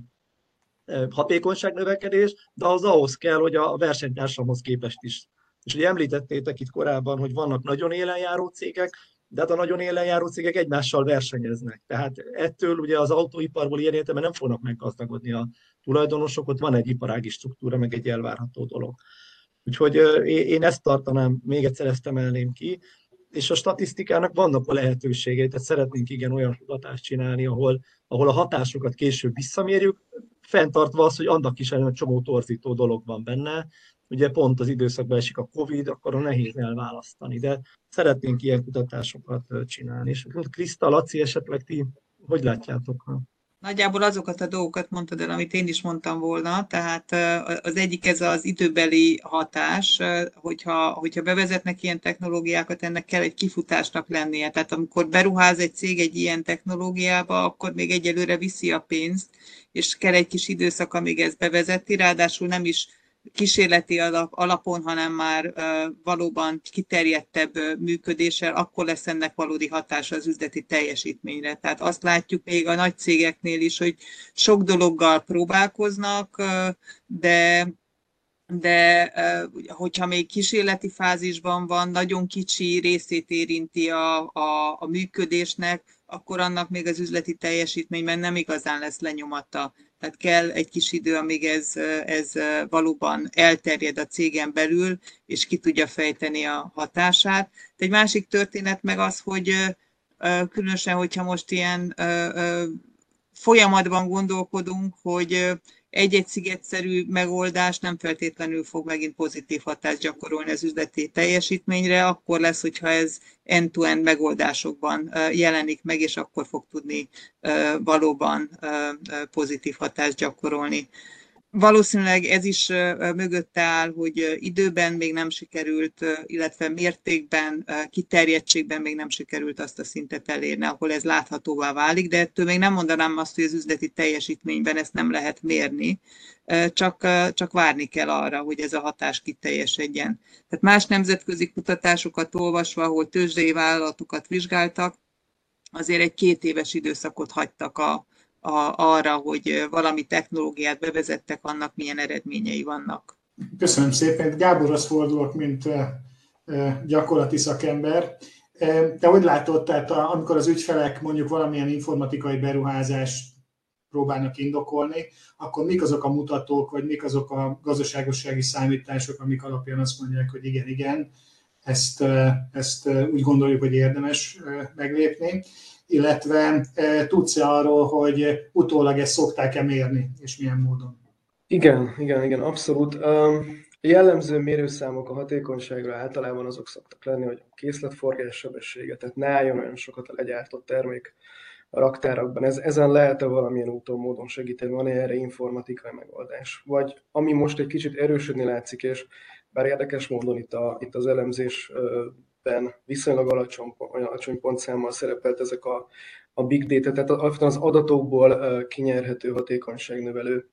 Speaker 3: hatékonyságnövekedés, de az ahhoz kell, hogy a versenytársamhoz képest is. És ugye említettétek itt korábban, hogy vannak nagyon élenjáró cégek, de hát a nagyon élenjáró cégek egymással versenyeznek. Tehát ettől ugye az autóiparból ilyen értelemben nem fognak meggazdagodni a tulajdonosok, ott van egy iparági struktúra, meg egy elvárható dolog. Úgyhogy én ezt tartanám, még egyszer ezt emelném ki, és a statisztikának vannak a lehetőségei, tehát szeretnénk igen olyan kutatást csinálni, ahol, ahol a hatásokat később visszamérjük, fenntartva az, hogy annak is egy csomó torzító dolog van benne. Ugye pont az időszakban esik a Covid, akkor nehéz elválasztani, de szeretnénk ilyen kutatásokat csinálni. És Kriszta, Laci, esetleg ti hogy látjátok?
Speaker 4: Nagyjából azokat a dolgokat mondtad el, amit én is mondtam volna, tehát az egyik ez az időbeli hatás, hogyha, hogyha bevezetnek ilyen technológiákat, ennek kell egy kifutásnak lennie. Tehát amikor beruház egy cég egy ilyen technológiába, akkor még egyelőre viszi a pénzt, és kell egy kis időszak, amíg ezt bevezeti, ráadásul nem is kísérleti alapon, hanem már valóban kiterjedtebb működéssel, akkor lesz ennek valódi hatása az üzleti teljesítményre. Tehát azt látjuk még a nagy cégeknél is, hogy sok dologgal próbálkoznak, de de hogyha még kísérleti fázisban van, nagyon kicsi részét érinti a, a, a működésnek, akkor annak még az üzleti teljesítményben nem igazán lesz lenyomata. Tehát kell egy kis idő, amíg ez, ez valóban elterjed a cégen belül, és ki tudja fejteni a hatását. De egy másik történet meg az, hogy különösen, hogyha most ilyen folyamatban gondolkodunk, hogy egy-egy szigetszerű megoldás nem feltétlenül fog megint pozitív hatást gyakorolni az üzleti teljesítményre, akkor lesz, hogyha ez end-to-end megoldásokban jelenik meg, és akkor fog tudni valóban pozitív hatást gyakorolni. Valószínűleg ez is mögötte áll, hogy időben még nem sikerült, illetve mértékben, kiterjedtségben még nem sikerült azt a szintet elérni, ahol ez láthatóvá válik, de ettől még nem mondanám azt, hogy az üzleti teljesítményben ezt nem lehet mérni, csak, csak várni kell arra, hogy ez a hatás kiteljesedjen. Tehát más nemzetközi kutatásokat olvasva, ahol tőzsdei vállalatokat vizsgáltak, azért egy két éves időszakot hagytak a A, arra, hogy valami technológiát bevezettek, annak milyen eredményei vannak.
Speaker 2: Köszönöm szépen. Gáborhoz fordulok, mint gyakorlati szakember. Te hogy látod, tehát amikor az ügyfelek mondjuk valamilyen informatikai beruházást próbálnak indokolni, akkor mik azok a mutatók, vagy mik azok a gazdaságossági számítások, amik alapján azt mondják, hogy igen, igen, ezt, ezt úgy gondoljuk, hogy érdemes meglépni, illetve e, tudsz-e arról, hogy utólag ezt szokták-e mérni, és milyen módon?
Speaker 6: Igen, igen, igen, abszolút. Um, jellemző mérőszámok a hatékonyságra általában azok szoktak lenni, hogy a készletforgás sebessége, tehát ne álljon olyan sokat a legyártott termék a raktárakban. Ez, ezen lehet-e valamilyen úton, módon segíteni, van-e erre informatikai megoldás? Vagy ami most egy kicsit erősödni látszik, és bár érdekes módon itt, a, itt az elemzésben viszonylag alacsony, alacsony pontszámmal szerepelt ezek a, a big data, tehát az adatokból kinyerhető hatékonyságnövelő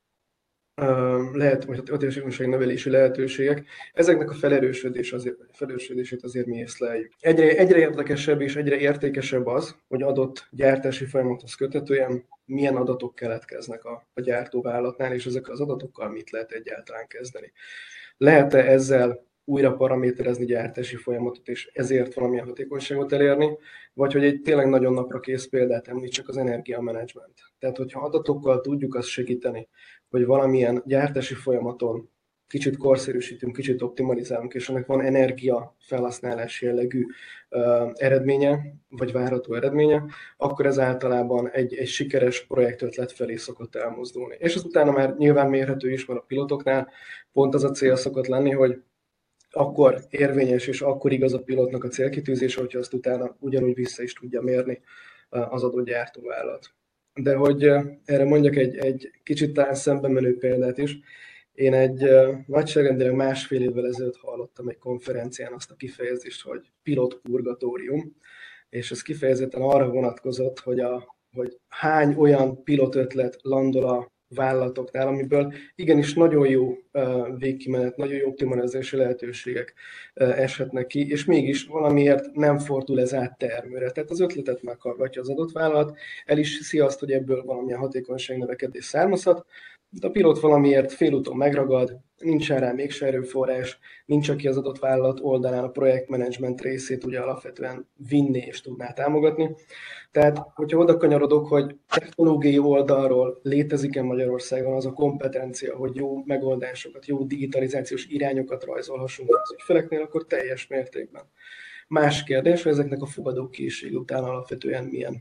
Speaker 6: lehet, vagy hatékonyságnövelési lehetőségek. Ezeknek a felerősödés azért, felerősödését azért mi észleljük. Egyre, egyre érdekesebb és egyre értékesebb az, hogy adott gyártási folyamathoz köthetően milyen adatok keletkeznek a, a gyártóvállalatnál, és ezek az adatokkal mit lehet egyáltalán kezdeni. Lehet-e ezzel újra paraméterezni gyártási folyamatot, és ezért valamilyen hatékonyságot elérni, vagy hogy egy tényleg nagyon napra kész példát említsek, az energiamenedzsment. Tehát, hogyha adatokkal tudjuk azt segíteni, hogy valamilyen gyártási folyamaton kicsit korszerűsítünk, kicsit optimalizálunk, és ennek van energia felhasználás jellegű uh, eredménye, vagy várható eredménye, akkor ez általában egy, egy sikeres projektötlet felé szokott elmozdulni. És az utána már nyilván mérhető is, mert a pilotoknál pont az a cél szokott lenni, hogy akkor érvényes és akkor igaz a pilotnak a célkitűzése, hogyha azt utána ugyanúgy vissza is tudja mérni az adott gyártóvállalat. De hogy erre mondjak egy, egy kicsit talán szembe menő példát is, én egy nagyságrendileg másfél évvel ezelőtt hallottam egy konferencián azt a kifejezést, hogy pilotpurgatórium, és ez kifejezetten arra vonatkozott, hogy, a, hogy hány olyan pilotötlet landol a vállalatoknál, amiből igenis nagyon jó végkimenet, nagyon jó optimalizási lehetőségek eshetnek ki, és mégis valamiért nem fordul ez át termőre. Tehát az ötletet meghallgatja az adott vállalat, el is hiszi azt, hogy ebből valamilyen hatékonyságnövekedés származhat, de a pilot valamiért félúton megragad, nincsen rá mégse erőforrás, nincs, aki az adott vállalat oldalán a projektmenedzsment részét ugye alapvetően vinni és tudná támogatni. Tehát, hogyha oda kanyarodok, hogy technológiai oldalról létezik-e Magyarországon az a kompetencia, hogy jó megoldásokat, jó digitalizációs irányokat rajzolhassunk az ügyfeleknél, akkor teljes mértékben. Más kérdés, hogy ezeknek a fogadókészség után alapvetően milyen.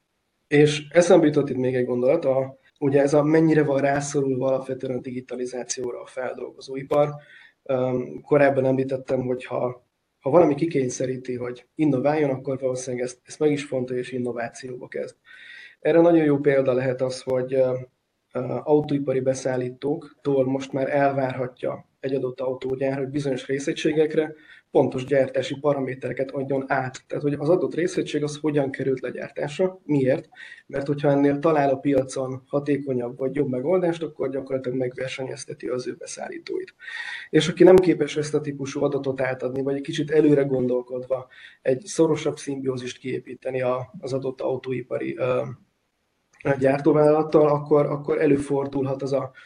Speaker 6: És eszembe jutott itt még egy gondolat, a ugye ez a mennyire van rászorulva alapvetően a digitalizációra a feldolgozóipar. Korábban említettem, hogy ha, ha valami kikényszeríti, hogy innováljon, akkor valószínűleg ezt, ezt meg is fontolja és innovációba kezd. Erre nagyon jó példa lehet az, hogy autóipari beszállítóktól most már elvárhatja egy adott autógyár, hogy bizonyos részegységekre pontos gyártási paramétereket adjon át. Tehát, hogy az adott részegység az hogyan került legyártásra, miért? Mert hogyha ennél talál a piacon hatékonyabb vagy jobb megoldást, akkor gyakorlatilag megversenyezteti az ő beszállítóit. És aki nem képes ezt a típusú adatot átadni, vagy egy kicsit előre gondolkodva egy szorosabb szimbiózist kiépíteni az adott autóipari gyártóvállalattal, akkor, akkor előfordulhat az a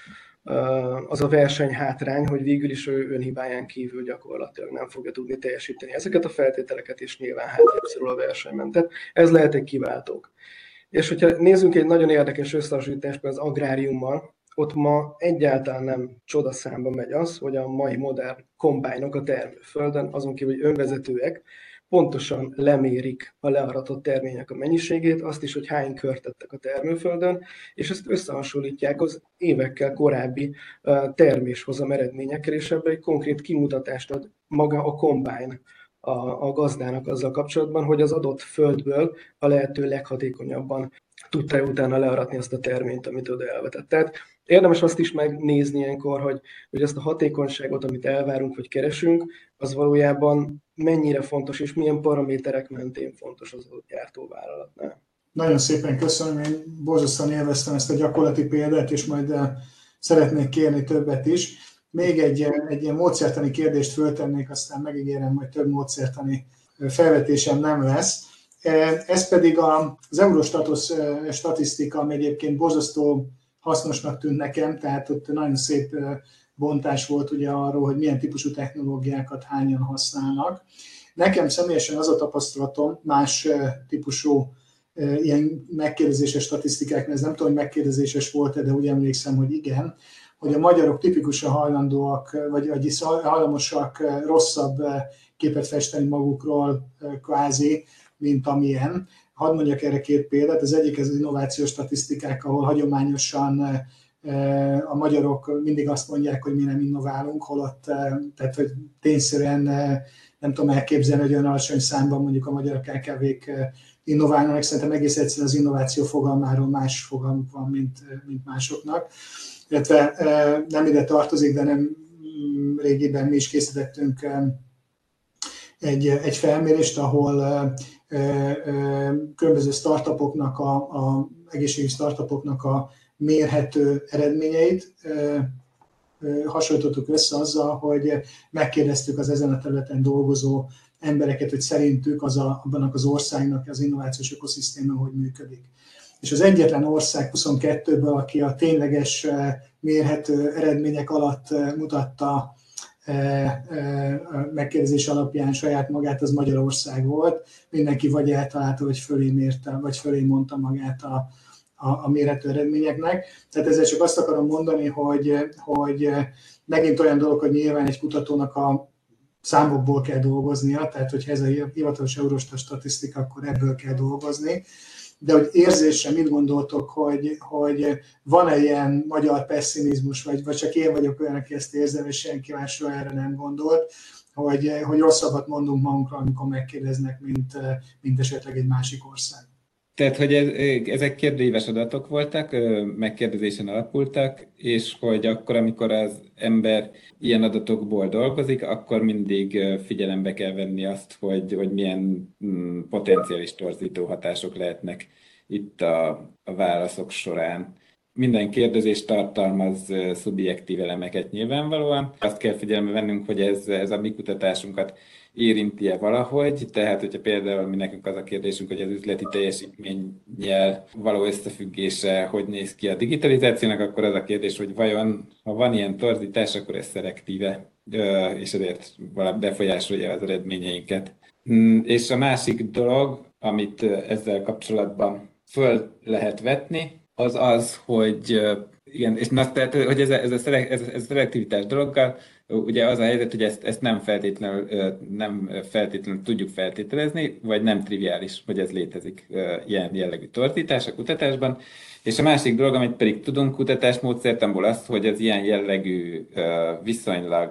Speaker 6: az a versenyhátrány, hogy végül is ő önhibáján kívül gyakorlatilag nem fogja tudni teljesíteni ezeket a feltételeket, és nyilván hátrányos a versenyben. Tehát ez lehet egy kiváltók. És hogyha nézzünk egy nagyon érdekes összehasonlítást az agráriummal, ott ma egyáltalán nem csodaszámba megy az, hogy a mai modern kombájnok a termőföldön, azon kívül, hogy önvezetőek, pontosan lemérik a learatott termények a mennyiségét, azt is, hogy hány kört tettek a termőföldön, és ezt összehasonlítják az évekkel korábbi terméshozam eredményekkel, és ebben egy konkrét kimutatást ad maga a kombájn a, a gazdának azzal kapcsolatban, hogy az adott földből a lehető leghatékonyabban tudta utána learatni azt a terményt, amit oda elvetett. Tehát érdemes azt is megnézni ilyenkor, hogy, hogy ezt a hatékonyságot, amit elvárunk, vagy keresünk, az valójában mennyire fontos, és milyen paraméterek mentén fontos az adott gyártóvállalatnál.
Speaker 2: Nagyon szépen köszönöm, én borzasztóan élveztem ezt a gyakorlati példát, és majd szeretnék kérni többet is. Még egy, egy ilyen módszertani kérdést föltennék, aztán megígérem, hogy több módszertani felvetésem nem lesz. Ez pedig az Eurostatus statisztika, ami egyébként borzasztó hasznosnak tűnt nekem, tehát ott nagyon szép bontás volt ugye arról, hogy milyen típusú technológiákat hányan használnak. Nekem személyesen az a tapasztalatom más típusú ilyen megkérdezéses statisztikáknál, ez nem tudom, hogy megkérdezéses volt-e, de úgy emlékszem, hogy igen, hogy a magyarok tipikusan hajlandóak, vagy, vagy hajlamosak rosszabb képet festeni magukról kvázi, mint amilyen. Hadd mondjak erre két példát. Az egyik ez az innovációs statisztikák, ahol hagyományosan a magyarok mindig azt mondják, hogy mi nem innoválunk, holott, tehát hogy tényszerűen nem tudom elképzelni, hogy olyan alacsony számban mondjuk a magyar ká ká vék innoválnak. Szerintem egész egyszerűen az innováció fogalmáról más fogalmuk van, mint, mint másoknak. Illetve nem ide tartozik, de nem régiben mi is készítettünk egy, egy felmérést, ahol különböző startupoknak, a, a egészségügyi startupoknak a mérhető eredményeit hasonlítottuk össze azzal, hogy megkérdeztük az ezen a területen dolgozó embereket, hogy szerintük az a, abban az országnak az innovációs ökoszisztéma hogy működik. És az egyetlen ország huszonkettőből, aki a tényleges mérhető eredmények alatt mutatta megkérdezés alapján saját magát, az Magyarország volt. Mindenki vagy eltalálta, vagy fölé mérte, vagy fölé mondta magát a, a, a mérhető eredményeknek. Tehát ezzel csak azt akarom mondani, hogy, hogy megint olyan dolog, hogy nyilván egy kutatónak a számokból kell dolgoznia, tehát hogyha ez a hivatalos Eurostat statisztika, akkor ebből kell dolgozni. De hogy érzésre mit gondoltok, hogy, hogy van-e ilyen magyar pessimizmus, vagy, vagy csak én vagyok olyan, aki ezt érzem, és senki más erre nem gondolt, hogy, hogy rosszabbat mondunk magunkra, amikor megkérdeznek, mint, mint esetleg egy másik ország.
Speaker 5: Tehát, hogy ez, ezek kérdőíves adatok voltak, megkérdezésen alapultak, és hogy akkor, amikor az ember ilyen adatokból dolgozik, akkor mindig figyelembe kell venni azt, hogy, hogy milyen potenciális torzító hatások lehetnek itt a, a válaszok során. Minden kérdezés tartalmaz szubjektív elemeket nyilvánvalóan. Azt kell figyelembe vennünk, hogy ez, ez a mi kutatásunkat érinti-e valahogy, tehát hogyha például mi nekünk az a kérdésünk, hogy az üzleti teljesítménnyel való összefüggése hogy néz ki a digitalizációnak, akkor az a kérdés, hogy vajon, ha van ilyen torzítás, akkor ez szelektíve, és ezért befolyásolja az eredményeinket. És a másik dolog, amit ezzel kapcsolatban föl lehet vetni, az az, hogy igen, és na, tehát, hogy ez a, ez, a szelek, ez, a, ez a szelektivitás dologgal, ugye az a helyzet, hogy ezt, ezt nem, feltétlenül, nem feltétlenül tudjuk feltételezni, vagy nem triviális, hogy ez létezik ilyen jellegű torzítás a kutatásban. És a másik dolog, amit pedig tudunk kutatásmódszertamból, az, hogy az ilyen jellegű viszonylag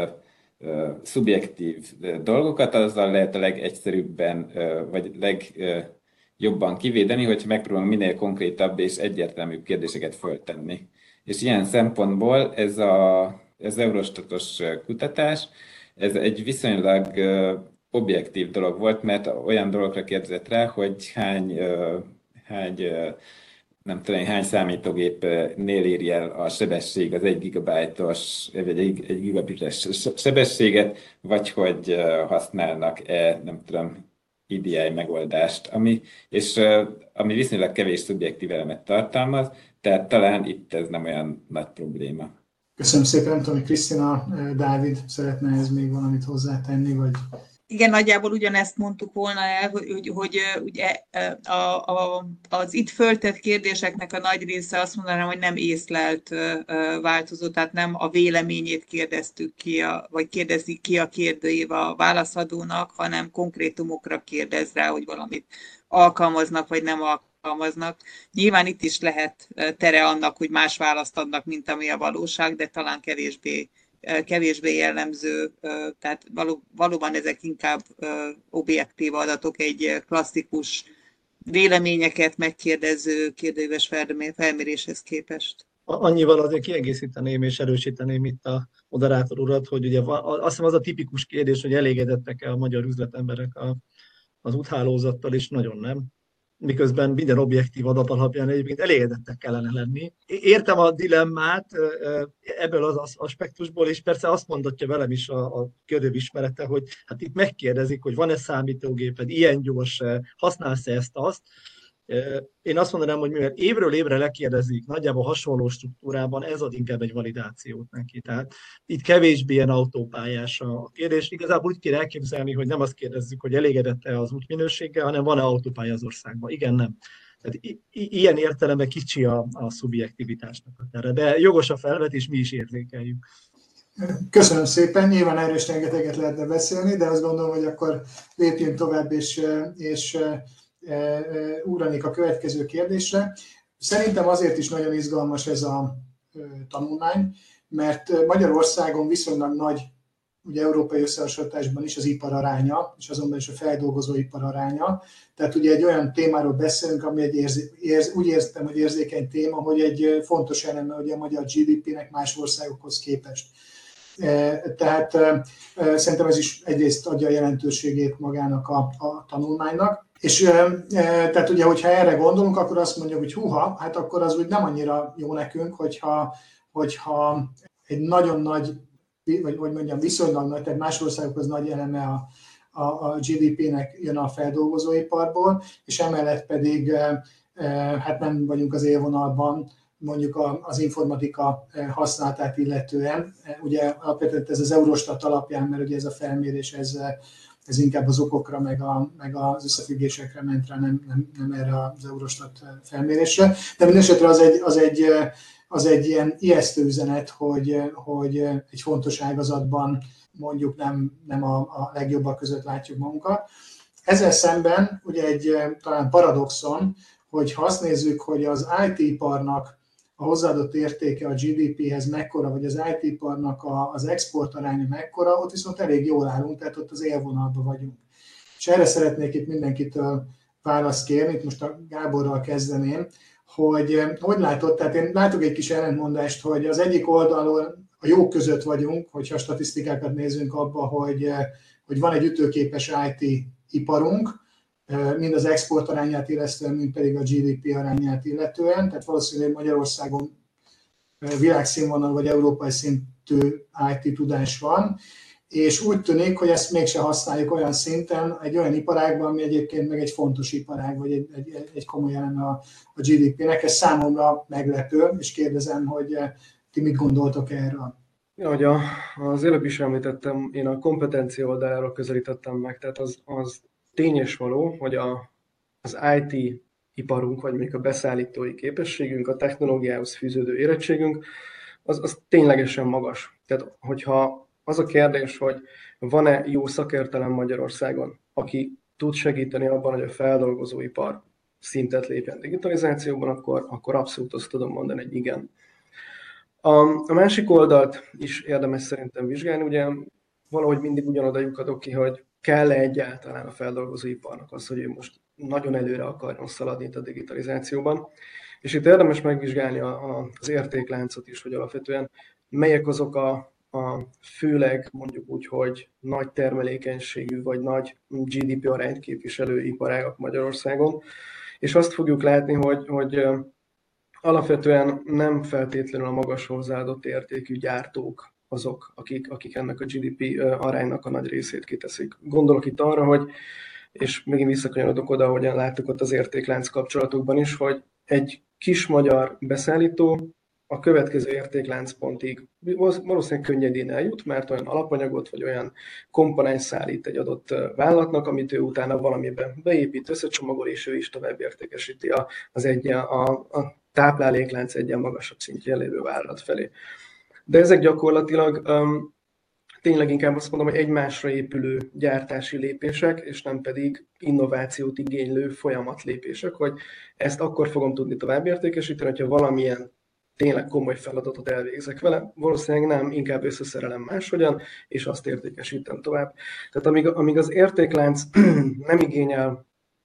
Speaker 5: szubjektív dolgokat azzal lehet a legegyszerűbben, vagy legjobban kivédeni, hogyha megpróbálunk minél konkrétabb és egyértelműbb kérdéseket föltenni. És ilyen szempontból ez a ez Eurostatos kutatás, ez egy viszonylag objektív dolog volt, mert olyan dologra kérdezett rá, hogy hány, hány nem tudom, hány számítógépnél éri el a sebesség az egy gigabájtos, vagy egy, egy gigabites sebességet, vagy hogy használnak-e, nem tudom, é dé i megoldást, ami, és ami viszonylag kevés szubjektív elemet tartalmaz, tehát talán itt ez nem olyan nagy probléma.
Speaker 2: Köszönöm szépen, nem tudom, hogy Krisztina, Dávid szeretne ez még valamit hozzátenni, vagy...
Speaker 4: Igen, nagyjából ugyanezt mondtuk volna el, hogy, hogy, hogy ugye a, a, az itt föltett kérdéseknek a nagy része azt mondanám, hogy nem észlelt változó, tehát nem a véleményét kérdeztük ki, a, vagy kérdezik ki a kérdőív a válaszadónak, hanem konkrétumokra kérdez rá, hogy valamit alkalmaznak, vagy nem alkalmaznak. Nyilván itt is lehet tere annak, hogy más választ adnak, mint ami a valóság, de talán kevésbé kevésbé jellemző, tehát való, valóban ezek inkább objektív adatok, egy klasszikus véleményeket megkérdező kérdőíves felméréshez képest.
Speaker 3: Annyival azért kiegészíteném és erősíteném itt a moderátor urat, hogy ugye azt hiszem az a tipikus kérdés, hogy elégedettek-e a magyar üzletemberek a, az úthálózattal, és nagyon nem. Miközben minden objektív adat alapján egyébként elégedettek kellene lenni. Értem a dilemmát ebből az aspektusból, és persze azt mondatja velem is a, a kérdőív ismerete, hogy hát itt megkérdezik, hogy van-e számítógéped, ilyen gyors, használsz-e ezt-azt. Én azt mondanám, hogy mivel évről évre lekérdezik, nagyjából hasonló struktúrában, ez ad inkább egy validációt neki. Tehát itt kevésbé ilyen autópályás a kérdés. Igazából úgy kell elképzelni, hogy nem azt kérdezzük, hogy elégedett-e az útminőséggel, hanem van-e autópálya az országban. Igen, nem. Tehát i- i- ilyen értelemben kicsi a, a szubjektivitásnak a tere. De jogos a felvetés, mi is érzékeljük.
Speaker 2: Köszönöm szépen, nyilván erről is rengeteget lehetne beszélni, de azt gondolom, hogy akkor lépjünk tovább, és, és ugranék a következő kérdésre. Szerintem azért is nagyon izgalmas ez a tanulmány, mert Magyarországon viszonylag nagy, ugye európai összehasonlításban is az ipar aránya, és azonban is a feldolgozóipar aránya. Tehát ugye egy olyan témáról beszélünk, ami egy érzi, érz, úgy értem, hogy érzékeny téma, hogy egy fontos eleme ugye a magyar gé dé pének más országokhoz képest. Tehát szerintem ez is egyrészt adja a jelentőségét magának a, a tanulmánynak. És tehát ugye, hogyha erre gondolunk, akkor azt mondjuk, hogy húha, hát akkor az úgy nem annyira jó nekünk, hogyha, hogyha egy nagyon nagy, vagy hogy mondjam, viszonylag nagy, tehát más országokhoz nagy eleme a, a, a gé dé pének jön a feldolgozóiparból, és emellett pedig hát nem vagyunk az élvonalban mondjuk az informatika használatát illetően. Ugye alapvetően ez az Eurostat alapján, mert ugye ez a felmérés, ez, ez inkább az okokra, meg, a, meg az összefüggésekre ment rá, nem, nem, nem erre az Eurostat felmérésre. De mindenesetre az egy, az egy, az egy ilyen ijesztő üzenet, hogy, hogy egy fontos ágazatban mondjuk nem, nem a, a legjobbak között látjuk magunkat. Ezzel szemben ugye egy talán paradoxon, hogy ha azt nézzük, hogy az i té-iparnak a hozzáadott értéke a gé dé péhez mekkora, vagy az i té-iparnak az export aránya mekkora, ott viszont elég jól állunk, tehát ott az élvonalban vagyunk. És erre szeretnék itt mindenkitől választ kérni, itt most a Gáborral kezdeném, hogy hogy látod, tehát én látok egy kis ellentmondást, hogy az egyik oldalon a jók között vagyunk, hogyha a statisztikákat nézünk abba, hogy, hogy van egy ütőképes i té-iparunk, mind az export arányát illetően, mind pedig a gé dé pé arányát illetően. Tehát valószínűleg Magyarországon világszínvonal vagy európai szintű i té tudás van, és úgy tűnik, hogy ezt mégse használjuk olyan szinten, egy olyan iparágban, ami egyébként meg egy fontos iparág, vagy egy, egy, egy komoly eleme a, a gé dé pének. Ez számomra meglepő, és kérdezem, hogy ti mit gondoltok erről?
Speaker 6: Ja, hogy a, az előbb is említettem, én a kompetencia oldaláról közelítettem meg, tehát az, az tény és való, hogy a, az i té-iparunk, vagy még a beszállítói képességünk, a technológiához fűződő érettségünk, az, az ténylegesen magas. Tehát, hogyha az a kérdés, hogy van-e jó szakértelem Magyarországon, aki tud segíteni abban, hogy a feldolgozóipar szintet lépjen digitalizációban, akkor, akkor abszolút azt tudom mondani, hogy igen. A, a másik oldalt is érdemes szerintem vizsgálni, ugye valahogy mindig ugyanoda lyukadok ki, hogy kell-e egyáltalán a feldolgozóiparnak az, hogy ő most nagyon előre akarjon szaladni itt a digitalizációban. És itt érdemes megvizsgálni a, a, az értékláncot is, hogy alapvetően melyek azok a, a főleg mondjuk úgy, hogy nagy termelékenységű vagy nagy gé dé pé arányt képviselő iparágak Magyarországon. És azt fogjuk látni, hogy, hogy alapvetően nem feltétlenül a magas hozzáadott értékű gyártók azok, akik, akik ennek a gé dé pé aránynak a nagy részét kiteszik. Gondolok itt arra, hogy, és megint visszakanyarodok oda, ahogyan láttuk ott az értéklánc kapcsolatokban is, hogy egy kis magyar beszállító a következő értékláncpontig valószínűleg könnyedén eljut, mert olyan alapanyagot vagy olyan komponens szállít egy adott vállalatnak, amit ő utána valamiben beépít, összecsomagol, és ő is tovább értékesíti az egyen, a, a tápláléklánc egyen magasabb szintjén lévő vállalat felé. De ezek gyakorlatilag um, tényleg inkább azt mondom, hogy egymásra épülő gyártási lépések, és nem pedig innovációt igénylő folyamatlépések, hogy ezt akkor fogom tudni tovább értékesíteni, hogyha valamilyen tényleg komoly feladatot elvégzek vele. Valószínűleg nem, inkább összeszerelem máshogyan, és azt értékesítem tovább. Tehát amíg, amíg az értéklánc nem igényel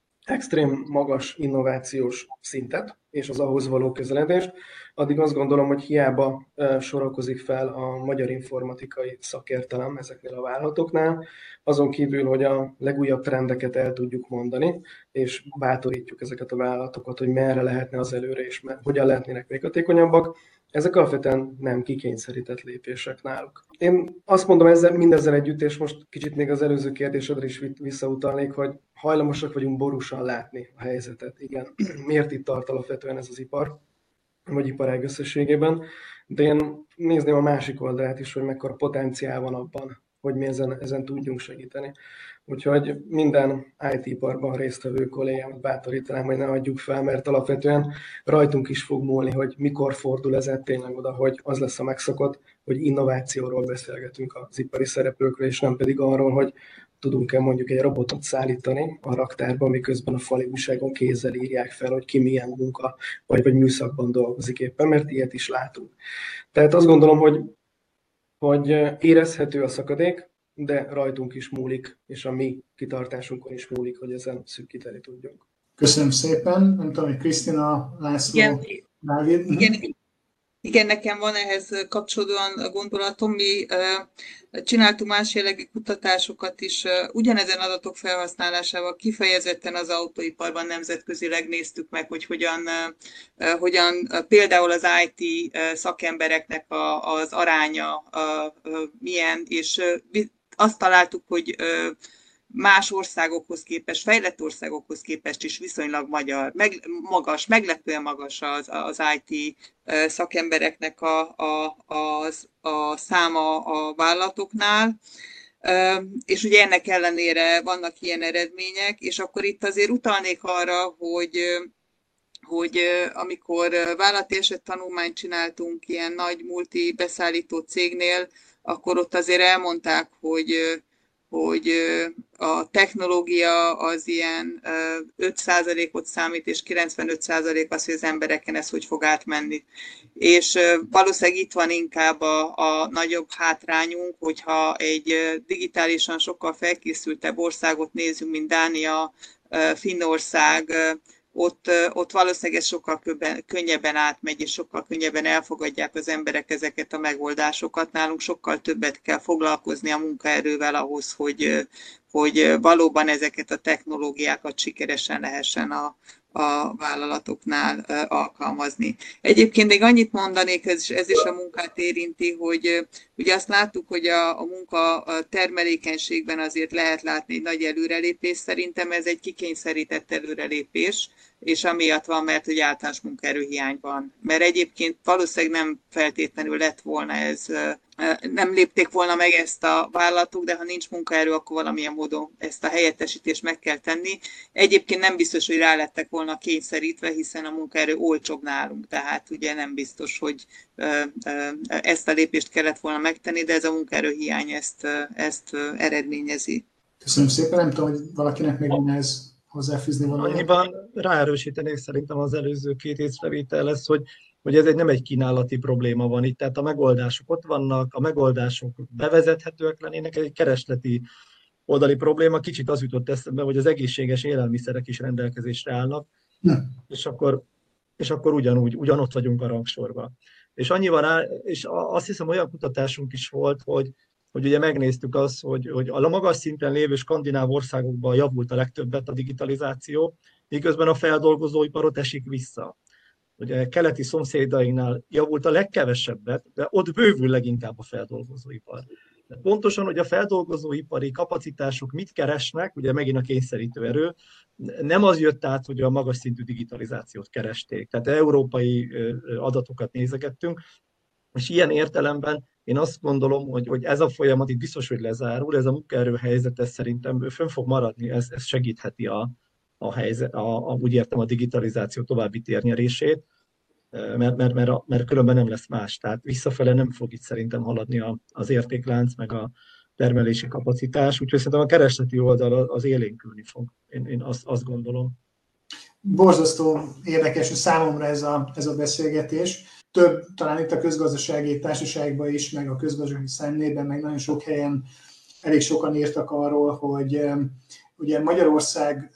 Speaker 6: extrém magas innovációs szintet, és az ahhoz való közeledést, addig azt gondolom, hogy hiába sorakozik fel a magyar informatikai szakértelem ezeknél a vállalatoknál, azon kívül, hogy a legújabb trendeket el tudjuk mondani, és bátorítjuk ezeket a vállalatokat, hogy merre lehetne az előre, és hogyan lehetnének még hatékonyabbak, ezek alapvetően nem kikényszerített lépések náluk. Én azt mondom ezzel, mindezzel együtt, és most kicsit még az előző kérdésedre is visszautalnék, hogy hajlamosak vagyunk borúsan látni a helyzetet. Igen, miért itt tart alapvetően ez az ipar, vagy iparág összességében, de én nézném a másik oldalát is, hogy mekkora potenciál van abban, hogy mi ezen, ezen tudjunk segíteni. Úgyhogy minden i té-iparban résztvevő kollégámat bátorítanám, hogy ne adjuk fel, mert alapvetően rajtunk is fog múlni, hogy mikor fordul ez tényleg oda, hogy az lesz a megszokott, hogy innovációról beszélgetünk az ipari szereplőkről, és nem pedig arról, hogy tudunk-e mondjuk egy robotot szállítani a raktárba, miközben a fali újságon kézzel írják fel, hogy ki milyen munka, vagy, vagy műszakban dolgozik éppen, mert ilyet is látunk. Tehát azt gondolom, hogy, hogy érezhető a szakadék, de rajtunk is múlik, és a mi kitartásunkon is múlik, hogy ezen szűkíteni tudjunk.
Speaker 2: Köszönöm szépen. Nem tudom, hogy Krisztina, László,
Speaker 4: Igen.
Speaker 2: Dávid.
Speaker 4: Igen. Igen, nekem van ehhez kapcsolódóan gondolatom. Mi uh, csináltunk más jellegű kutatásokat is, uh, ugyanezen adatok felhasználásával kifejezetten az autóiparban nemzetközileg néztük meg, hogy hogyan, uh, hogyan uh, például az i té uh, szakembereknek a, az aránya uh, uh, milyen, és uh, azt találtuk, hogy uh, más országokhoz képest, fejlett országokhoz képest is viszonylag magyar, meg, magas, meglepően magas az, az i té szakembereknek a, a, az, a száma a vállalatoknál. És ugye ennek ellenére vannak ilyen eredmények, és akkor itt azért utalnék arra, hogy, hogy amikor vállalati esettanulmányt csináltunk ilyen nagy multi beszállító cégnél, akkor ott azért elmondták, hogy, hogy a technológia az ilyen öt százalékot számít, és kilencvenöt százalék az, hogy az embereken ez hogy fog átmenni. És valószínűleg itt van inkább a, a nagyobb hátrányunk, hogyha egy digitálisan sokkal felkészültebb országot nézünk, mint Dánia, Finnország, ott, ott valószínűleg ez sokkal köbben, könnyebben átmegy, és sokkal könnyebben elfogadják az emberek ezeket a megoldásokat. Nálunk sokkal többet kell foglalkozni a munkaerővel ahhoz, hogy, hogy valóban ezeket a technológiákat sikeresen lehessen a, a vállalatoknál alkalmazni. Egyébként még annyit mondanék, ez is, ez is a munkát érinti, hogy ugye azt láttuk, hogy a, a munka a termelékenységben azért lehet látni egy nagy előrelépés. Szerintem ez egy kikényszerített előrelépés, és amiatt van, mert hogy általános munkaerőhiány van. Mert egyébként valószínűleg nem feltétlenül lett volna ez, nem lépték volna meg ezt a vállalatuk, de ha nincs munkaerő, akkor valamilyen módon ezt a helyettesítést meg kell tenni. Egyébként nem biztos, hogy rá lettek volna kényszerítve, hiszen a munkaerő olcsóbb nálunk, tehát ugye nem biztos, hogy ezt a lépést kellett volna megtenni, de ez a munkaerőhiány ezt, ezt eredményezi.
Speaker 2: Köszönöm szépen, nem tudom, hogy valakinek még van ez hozzáfűzni valamit.
Speaker 3: Annyiban ráerősítenék szerintem az előző két észrevétel lesz, hogy, hogy ez egy, nem egy kínálati probléma van itt, tehát a megoldások ott vannak, a megoldások bevezethetőek lennének, egy keresleti oldali probléma. Kicsit az jutott eszembe, hogy az egészséges élelmiszerek is rendelkezésre állnak, hm. és, akkor, és akkor ugyanúgy, ugyanott vagyunk a rangsorban. És annyiban áll, és azt hiszem olyan kutatásunk is volt, hogy hogy ugye megnéztük azt, hogy, hogy a magas szinten lévő skandináv országokban javult a legtöbbet a digitalizáció, miközben a feldolgozóiparot esik vissza. Ugye a keleti szomszédainknál javult a legkevesebbet, de ott bővül leginkább a feldolgozóipar. De pontosan, hogy a feldolgozóipari kapacitások mit keresnek, ugye megint a kényszerítő erő, nem az jött át, hogy a magas szintű digitalizációt keresték. Tehát európai adatokat nézegettünk, és ilyen értelemben én azt gondolom, hogy, hogy ez a folyamat itt biztos, hogy lezárul, ez a munkaerő helyzet, ez szerintem fönn fog maradni, ez, ez segítheti a, a helyzet, a, a, úgy értem a digitalizáció további térnyerését, mert, mert, mert, a, mert különben nem lesz más. Tehát visszafele nem fog itt szerintem haladni a, az értéklánc, meg a termelési kapacitás, úgyhogy szerintem a keresleti oldal az élénkülni fog. Én, én azt, azt gondolom.
Speaker 2: Borzasztó érdekes számomra ez a, ez a beszélgetés. Több, talán itt a közgazdasági társaságban is, meg a közgazdasági szemlében, meg nagyon sok helyen elég sokan írtak arról, hogy ugye Magyarország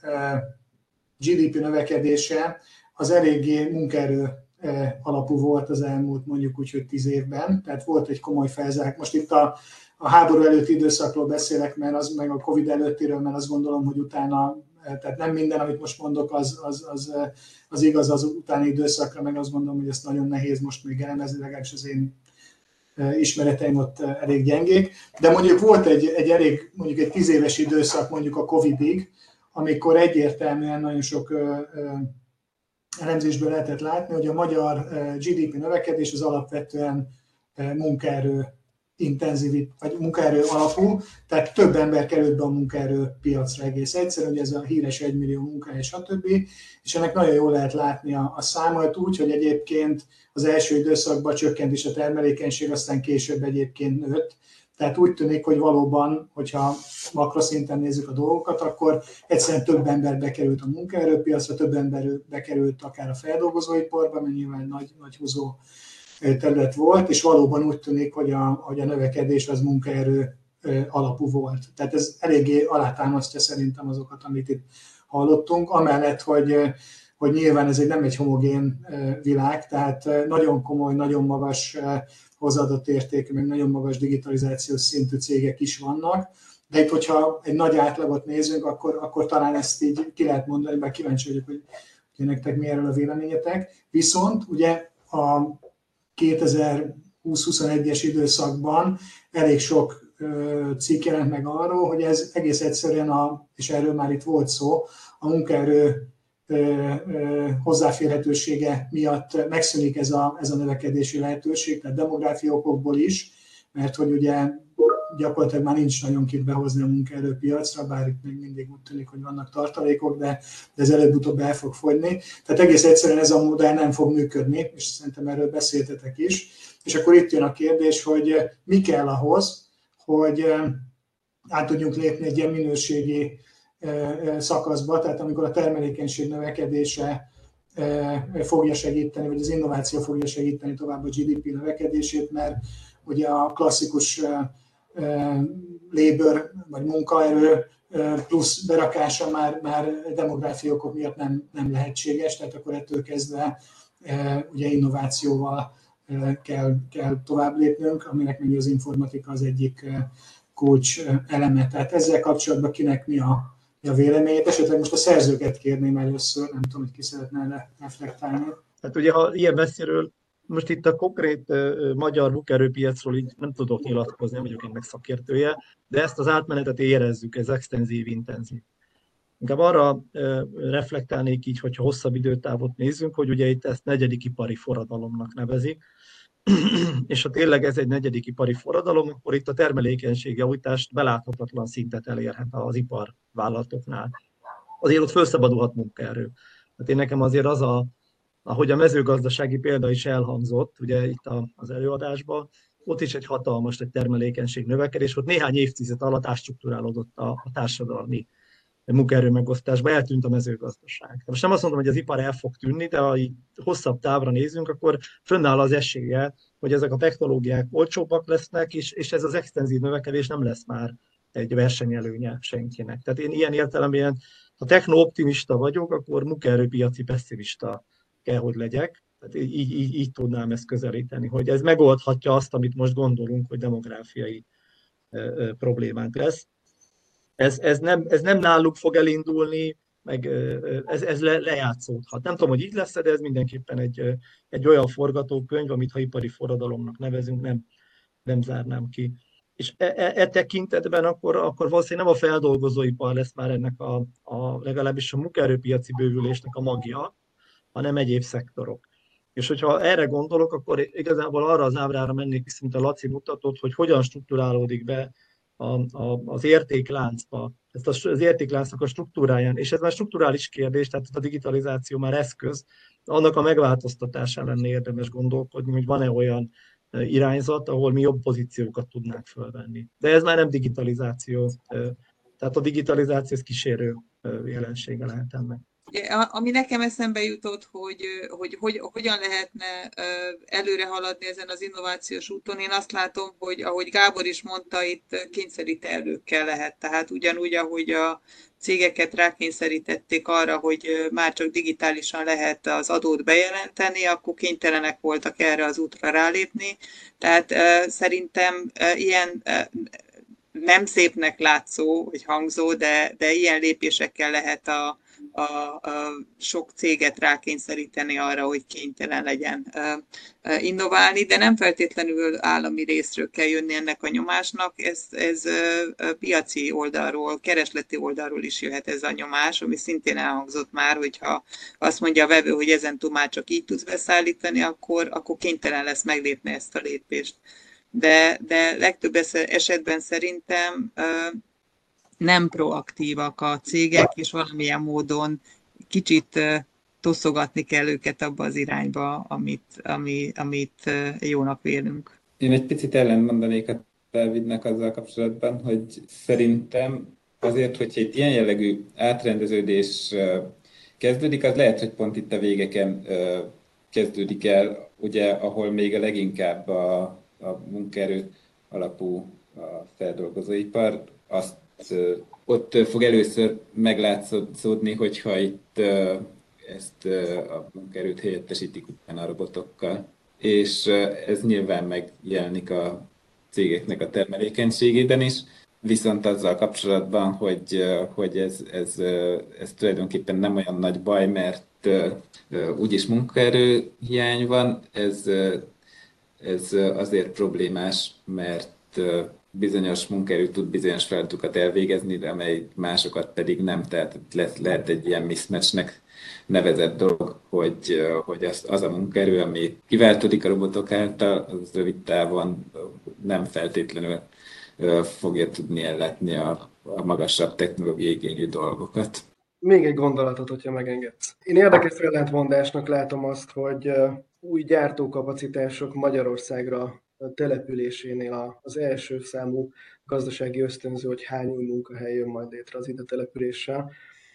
Speaker 2: gé dé pé növekedése az eléggé munkaerő alapú volt az elmúlt mondjuk úgy, hogy tíz évben, tehát volt egy komoly felzárk. Most itt a, a háború előtti időszakról beszélek, mert az, meg a Covid előttiről, mert azt gondolom, hogy utána, tehát nem minden, amit most mondok, az, az, az, az igaz az utáni időszakra, meg azt gondolom, hogy ezt nagyon nehéz most még elemezni, legalábbis az én ismereteim ott elég gyengék. De mondjuk volt egy, egy elég, mondjuk egy tíz éves időszak mondjuk a Covidig, amikor egyértelműen nagyon sok elemzésből lehetett látni, hogy a magyar gé dé pé növekedés az alapvetően munkaerő intenzív, vagy munkaerő alapú, tehát több ember került be a munkaerőpiacra egész egyszerűen, hogy ez a híres egymillió munkahely, stb. És ennek nagyon jól lehet látni a, a számot úgy, hogy egyébként az első időszakban csökkent is a termelékenység, aztán később egyébként nőtt. Tehát úgy tűnik, hogy valóban, hogyha makroszinten nézzük a dolgokat, akkor egyszerűen több ember bekerült a munkaerőpiacra, több ember bekerült akár a feldolgozóiparba, mert nyilván nagy, nagy húzó terület volt, és valóban úgy tűnik, hogy a, hogy a növekedés az munkaerő alapú volt. Tehát ez eléggé alátámasztja szerintem azokat, amit itt hallottunk, amellett, hogy, hogy nyilván ez egy nem egy homogén világ, tehát nagyon komoly, nagyon magas hozzáadott értékű, meg nagyon magas digitalizációs szintű cégek is vannak, de itt, hogyha egy nagy átlagot nézünk, akkor, akkor talán ezt így ki lehet mondani, bár kíváncsi vagyok, hogy, hogy nektek mi erről a véleményetek. Viszont ugye a kétezer-húsz-huszonegyes időszakban elég sok cikk jelent meg arról, hogy ez egész egyszerűen, a, és erről már itt volt szó, a munkaerő hozzáférhetősége miatt megszűnik ez a, ez a növekedési lehetőség, tehát demográfiai okokból is, mert hogy ugye gyakorlatilag már nincs nagyon kit behozni a munkaerőpiacra, bár itt még mindig úgy tűnik, hogy vannak tartalékok, de, de ez előbb-utóbb el fog fogyni. Tehát egész egyszerűen ez a modell nem fog működni, és szerintem erről beszéltetek is. És akkor itt jön a kérdés, hogy mi kell ahhoz, hogy át tudjunk lépni egy ilyen minőségi szakaszba, tehát amikor a termelékenység növekedése fogja segíteni, vagy az innováció fogja segíteni tovább a gé dé pé növekedését, mert ugye a klasszikus labor, vagy munkaerő plusz berakása már, már demográfiai okok miatt nem, nem lehetséges, tehát akkor ettől kezdve ugye innovációval kell, kell tovább lépnünk, aminek még az informatika az egyik kulcs eleme. Tehát ezzel kapcsolatban kinek mi a a véleményét. Esetleg most a szerzőket kérném először, nem tudom, hogy ki szeretne reflektálni.
Speaker 3: Hát ugye, ha ilyen messziről, most itt a konkrét uh, magyar munkaerőpiacról így nem tudok nyilatkozni, nem vagyok ennek szakértője, de ezt az átmenetet érezzük, ez extenzív, intenzív. Inkább arra uh, reflektálnék így, hogyha hosszabb időtávot nézzünk, hogy ugye itt ezt negyedik ipari forradalomnak nevezik, és ha tényleg ez egy negyedik ipari forradalom, akkor itt a termelékenységjavítást beláthatatlan szintet elérhet az iparvállalatoknál. Azért ott felszabadulhat munkaerő. Hát én nekem azért az a, ahogy a mezőgazdasági példa is elhangzott, ugye itt az előadásban, ott is egy hatalmas egy termelékenység növekedés, ott néhány évtized alatt átstruktúrálódott a, a társadalmi munkaerő megosztásba, eltűnt a mezőgazdaság. Most nem azt mondom, hogy az ipar el fog tűnni, de ha így hosszabb távra nézünk, akkor fönnáll az esélye, hogy ezek a technológiák olcsóbbak lesznek, és, és ez az extenzív növekedés nem lesz már egy versenyelőnye senkinek. Tehát én ilyen értelemben, ha techno-optimista vagyok, akkor munkaerőpiaci pessimista kell, hogy legyek. Tehát így, így, így tudnám ezt közelíteni, hogy ez megoldhatja azt, amit most gondolunk, hogy demográfiai ö, ö, problémánk lesz. Ez, ez, nem, ez nem náluk fog elindulni, meg ez, ez le, lejátszódhat. Nem tudom, hogy így lesz, de ez mindenképpen egy, egy olyan forgatókönyv, amit ha ipari forradalomnak nevezünk, nem, nem zárnám ki. És e, e, e tekintetben akkor, akkor valószínűleg nem a feldolgozóipar lesz már ennek a, a legalábbis a munkaerőpiaci bővülésnek a magja, hanem egyéb szektorok. És hogyha erre gondolok, akkor igazából arra az ábrára mennék vissza, mint a Laci mutatott, hogy hogyan strukturálódik be A, a, az értékláncba, ezt az értékláncnak a struktúráján, és ez már strukturális kérdés, tehát a digitalizáció már eszköz, annak a megváltoztatásán lenne érdemes gondolkodni, hogy van-e olyan irányzat, ahol mi jobb pozíciókat tudnánk fölvenni. De ez már nem digitalizáció, tehát a digitalizáció ez kísérő jelensége lehet ennek.
Speaker 4: Ami nekem eszembe jutott, hogy, hogy, hogy hogyan lehetne előre haladni ezen az innovációs úton, én azt látom, hogy ahogy Gábor is mondta, itt kényszeri tervekkel lehet. Tehát ugyanúgy, ahogy a cégeket rákényszerítették arra, hogy már csak digitálisan lehet az adót bejelenteni, akkor kénytelenek voltak erre az útra rálépni. Tehát szerintem ilyen nem szépnek látszó, vagy hangzó, de, de ilyen lépésekkel lehet a A, a sok céget rákényszeríteni arra, hogy kénytelen legyen innoválni, de nem feltétlenül állami részről kell jönni ennek a nyomásnak, ez, ez piaci oldalról, keresleti oldalról is jöhet ez a nyomás, ami szintén elhangzott már, hogyha azt mondja a vevő, hogy ezentúl már csak így tudsz beszállítani, akkor, akkor kénytelen lesz meglépni ezt a lépést. De, de legtöbb esetben szerintem nem proaktívak a cégek, és valamilyen módon kicsit toszogatni kell őket abba az irányba, amit, ami, amit jónak vélünk.
Speaker 5: Én egy picit ellen mondanék a Dávidnak azzal kapcsolatban, hogy szerintem azért, hogyha itt ilyen jellegű átrendeződés kezdődik, az lehet, hogy pont itt a végeken kezdődik el, ugye, ahol még a leginkább a, a munkaerő alapú a feldolgozóipar, azt ott fog először meglátszódni, hogyha itt ezt a munkaerőt helyettesítik utána a robotokkal. És ez nyilván megjelenik a cégeknek a termelékenységében is, viszont azzal kapcsolatban, hogy, hogy ez, ez, ez tulajdonképpen nem olyan nagy baj, mert úgyis munkaerő hiány van, ez, ez azért problémás, mert bizonyos munkaerő tud bizonyos feladatokat elvégezni, de amely másokat pedig nem. Tehát lehet egy ilyen mismatchnek nevezett dolog, hogy, hogy az, az a munkaerő, ami kiváltódik a robotok által, az rövid távon nem feltétlenül fogja tudni ellátni a, a magasabb technológiai igényű dolgokat.
Speaker 6: Még egy gondolatot, hogyha megengedsz. Én érdekes ellentmondásnak látom azt, hogy új gyártókapacitások Magyarországra településénél az első számú gazdasági ösztönző, hogy hány új munkahely jön majd létre az ide településsel.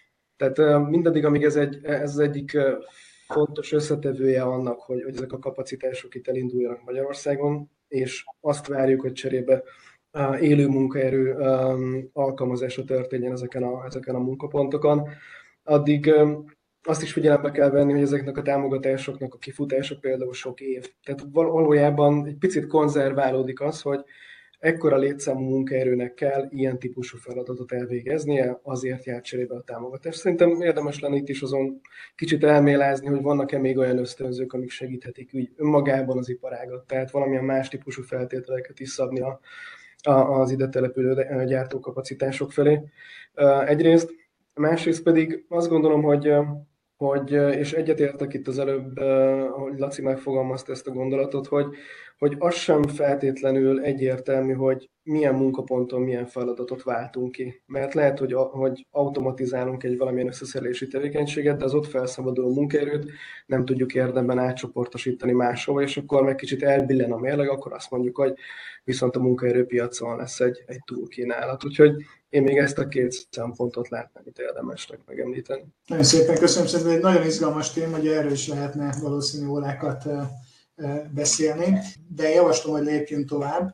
Speaker 6: Tehát mindaddig, amíg ez, egy, ez egyik fontos összetevője annak, hogy, hogy ezek a kapacitások itt elinduljanak Magyarországon, és azt várjuk, hogy cserébe élő munkaerő alkalmazása történjen ezeken a, ezeken a munkapontokon, addig azt is figyelembe kell venni, hogy ezeknek a támogatásoknak a kifutása például sok év. Tehát valójában egy picit konzerválódik az, hogy ekkora létszámú munkaerőnek kell ilyen típusú feladatot elvégeznie, azért jár cserébe a támogatás. Szerintem érdemes lenne itt is azon kicsit elmélázni, hogy vannak-e még olyan ösztönzők, amik segíthetik úgy önmagában az iparágat, tehát valamilyen más típusú feltételeket is szabni a, a, az ide települő gyártókapacitások felé. Egyrészt, másrészt pedig azt gondolom, hogy hogy, és egyetértek itt az előbb, hogy Laci megfogalmazta ezt a gondolatot, hogy, hogy az sem feltétlenül egyértelmű, hogy milyen munkaponton milyen feladatot váltunk ki. Mert lehet, hogy, hogy automatizálunk egy valamilyen összeszerelési tevékenységet, de az ott felszabaduló munkaerőt nem tudjuk érdemben átcsoportosítani máshova, és akkor meg kicsit elbillen a mérleg, akkor azt mondjuk, hogy viszont a munkaerőpiacon lesz egy, egy túlkínálat. Úgyhogy én még ezt a két szempontot látnám itt érdemesnek megemlíteni.
Speaker 2: Nagyon szépen köszönöm, szerintem egy nagyon izgalmas téma, hogy erről is lehetne valószínű órákat beszélni, de javaslom, hogy lépjünk tovább.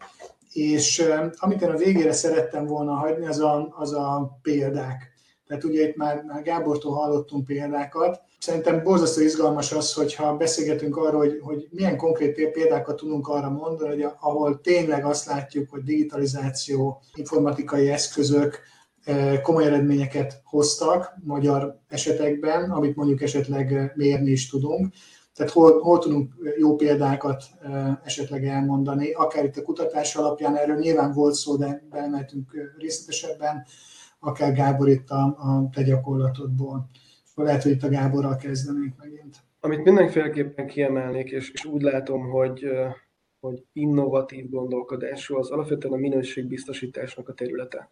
Speaker 2: És amit én a végére szerettem volna hagyni, az a, az a példák. Tehát ugye itt már, már Gábortól hallottunk példákat. Szerintem borzasztó izgalmas az, hogyha beszélgetünk arról, hogy, hogy milyen konkrét példákat tudunk arra mondani, hogy ahol tényleg azt látjuk, hogy digitalizáció, informatikai eszközök komoly eredményeket hoztak magyar esetekben, amit mondjuk esetleg mérni is tudunk. Tehát hol, hol tudunk jó példákat esetleg elmondani, akár itt a kutatás alapján, erről nyilván volt szó, de beemeltünk részletesebben, akár Gábor itt a, a te gyakorlatodból. Lehet, hogy itt a Gáborral kezdenénk megint.
Speaker 6: Amit mindenféleképpen kiemelnék, és, és úgy látom, hogy, hogy innovatív gondolkodású, az alapvetően a minőségbiztosításnak a területe.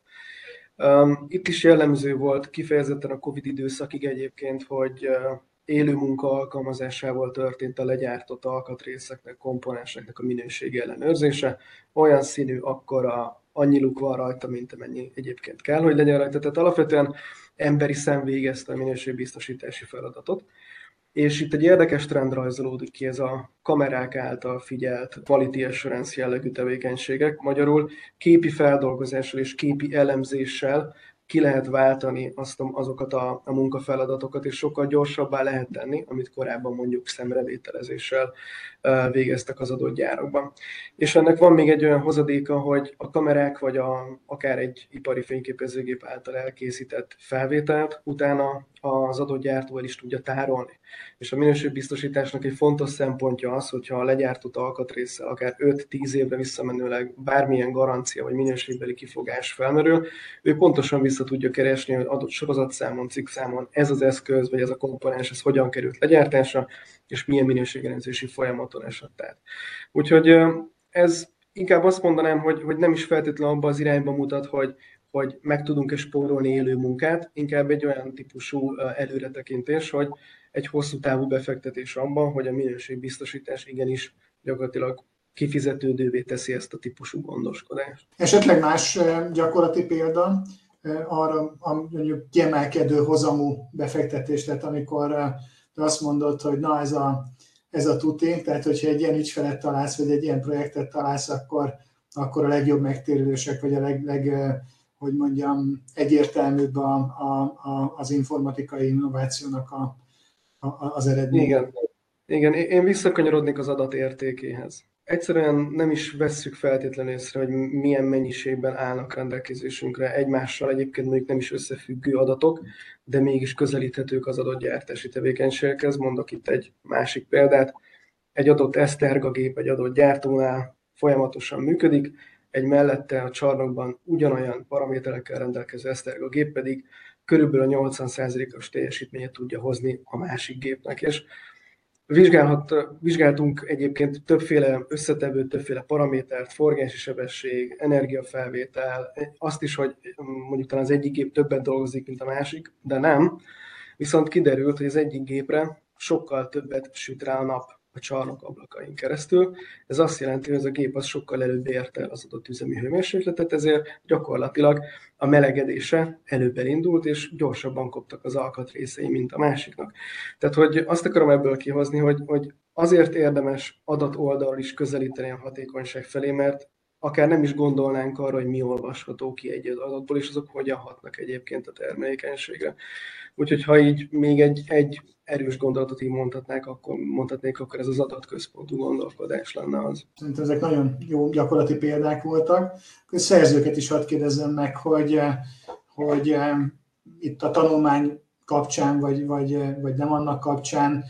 Speaker 6: Itt is jellemző volt kifejezetten a Covid időszakig egyébként, hogy élő munka alkalmazásával történt a legyártott alkatrészeknek, komponenseknek a minőségi ellenőrzése. Olyan színű, akkora, annyi luk van rajta, mint amennyi egyébként kell, hogy legyen rajta. Tehát alapvetően emberi szem végezte a minőségbiztosítási feladatot. És itt egy érdekes trend rajzolódik ki, ez a kamerák által figyelt quality assurance jellegű tevékenységek. Magyarul képi feldolgozással és képi elemzéssel ki lehet váltani azt a, azokat a, a munkafeladatokat, és sokkal gyorsabbá lehet tenni, amit korábban mondjuk szemrevételezéssel uh, végeztek az adott gyárakban. És ennek van még egy olyan hozadéka, hogy a kamerák vagy a, akár egy ipari fényképezőgép által elkészített felvételt utána az adott gyártó el is tudja tárolni. És a minőségbiztosításnak egy fontos szempontja az, hogyha a legyártott alkatrészsel akár öt-tíz évre visszamenőleg bármilyen garancia vagy minőségbeli kifogás felmerül, ő pontosan vissza tudja keresni, hogy adott sorozatszámon, cikkszámon ez az eszköz vagy ez a komponens, ez hogyan került legyártásra, és milyen minőségelemzési folyamaton esett át. Úgyhogy ez inkább azt mondanám, hogy, hogy nem is feltétlenül abban az irányba mutat, hogy hogy meg tudunk-e spórolni élő munkát, inkább egy olyan típusú előretekintés, hogy egy hosszú távú befektetés abban, hogy a minőségbiztosítás igenis gyakorlatilag kifizetődővé teszi ezt a típusú gondoskodást.
Speaker 2: Esetleg más gyakorlati példa arra a mondjuk kiemelkedő hozamú befektetés, tehát amikor te azt mondod, hogy na ez a, ez a tuti, tehát hogyha egy ilyen ügyfelet találsz, vagy egy ilyen projektet találsz, akkor, akkor a legjobb megtérülések, vagy a leg, leg hogy mondjam, egyértelműbb a, a, a, az informatikai innovációnak a, a, az eredmény.
Speaker 6: Igen. Igen, én visszakanyarodnék az adat értékéhez. Egyszerűen nem is vesszük feltétlenül észre, hogy milyen mennyiségben állnak rendelkezésünkre egymással, egyébként mondjuk nem is összefüggő adatok, de mégis közelíthetők az adott gyártási tevékenységekhez. Mondok itt egy másik példát. Egy adott esztergagép egy adott gyártónál folyamatosan működik, egy mellette a csarnokban ugyanolyan paraméterekkel rendelkező Esztergom gép pedig körülbelül a nyolcvan százalékos teljesítményet tudja hozni a másik gépnek. És vizsgálhat, vizsgáltunk egyébként többféle összetevőt, többféle paramétert, forgási sebesség, energiafelvétel, azt is, hogy mondjuk talán az egyik gép többet dolgozik, mint a másik, de nem. Viszont kiderült, hogy az egyik gépre sokkal többet süt rá a nap a csarnok ablakain keresztül. Ez azt jelenti, hogy ez a gép az sokkal előbb érte el az adott üzemi hőmérsékletet, ezért gyakorlatilag a melegedése előbb elindult, és gyorsabban koptak az alkatrészei, mint a másiknak. Tehát, hogy azt akarom ebből kihozni, hogy, hogy azért érdemes adatoldalról is közelíteni a hatékonyság felé, mert akár nem is gondolnánk arra, hogy mi olvasható ki egy adatból, és azok hogyan hatnak egyébként a termelékenységre. Úgyhogy ha így még egy, egy erős gondolatot így mondhatnák, akkor mondhatnék, akkor ez az adatközpontú gondolkodás lenne az.
Speaker 2: Szerintem ezek nagyon jó gyakorlati példák voltak. A szerzőket is hadd kérdezzem meg, hogy, hogy itt a tanulmány kapcsán, vagy, vagy, vagy nem annak kapcsán,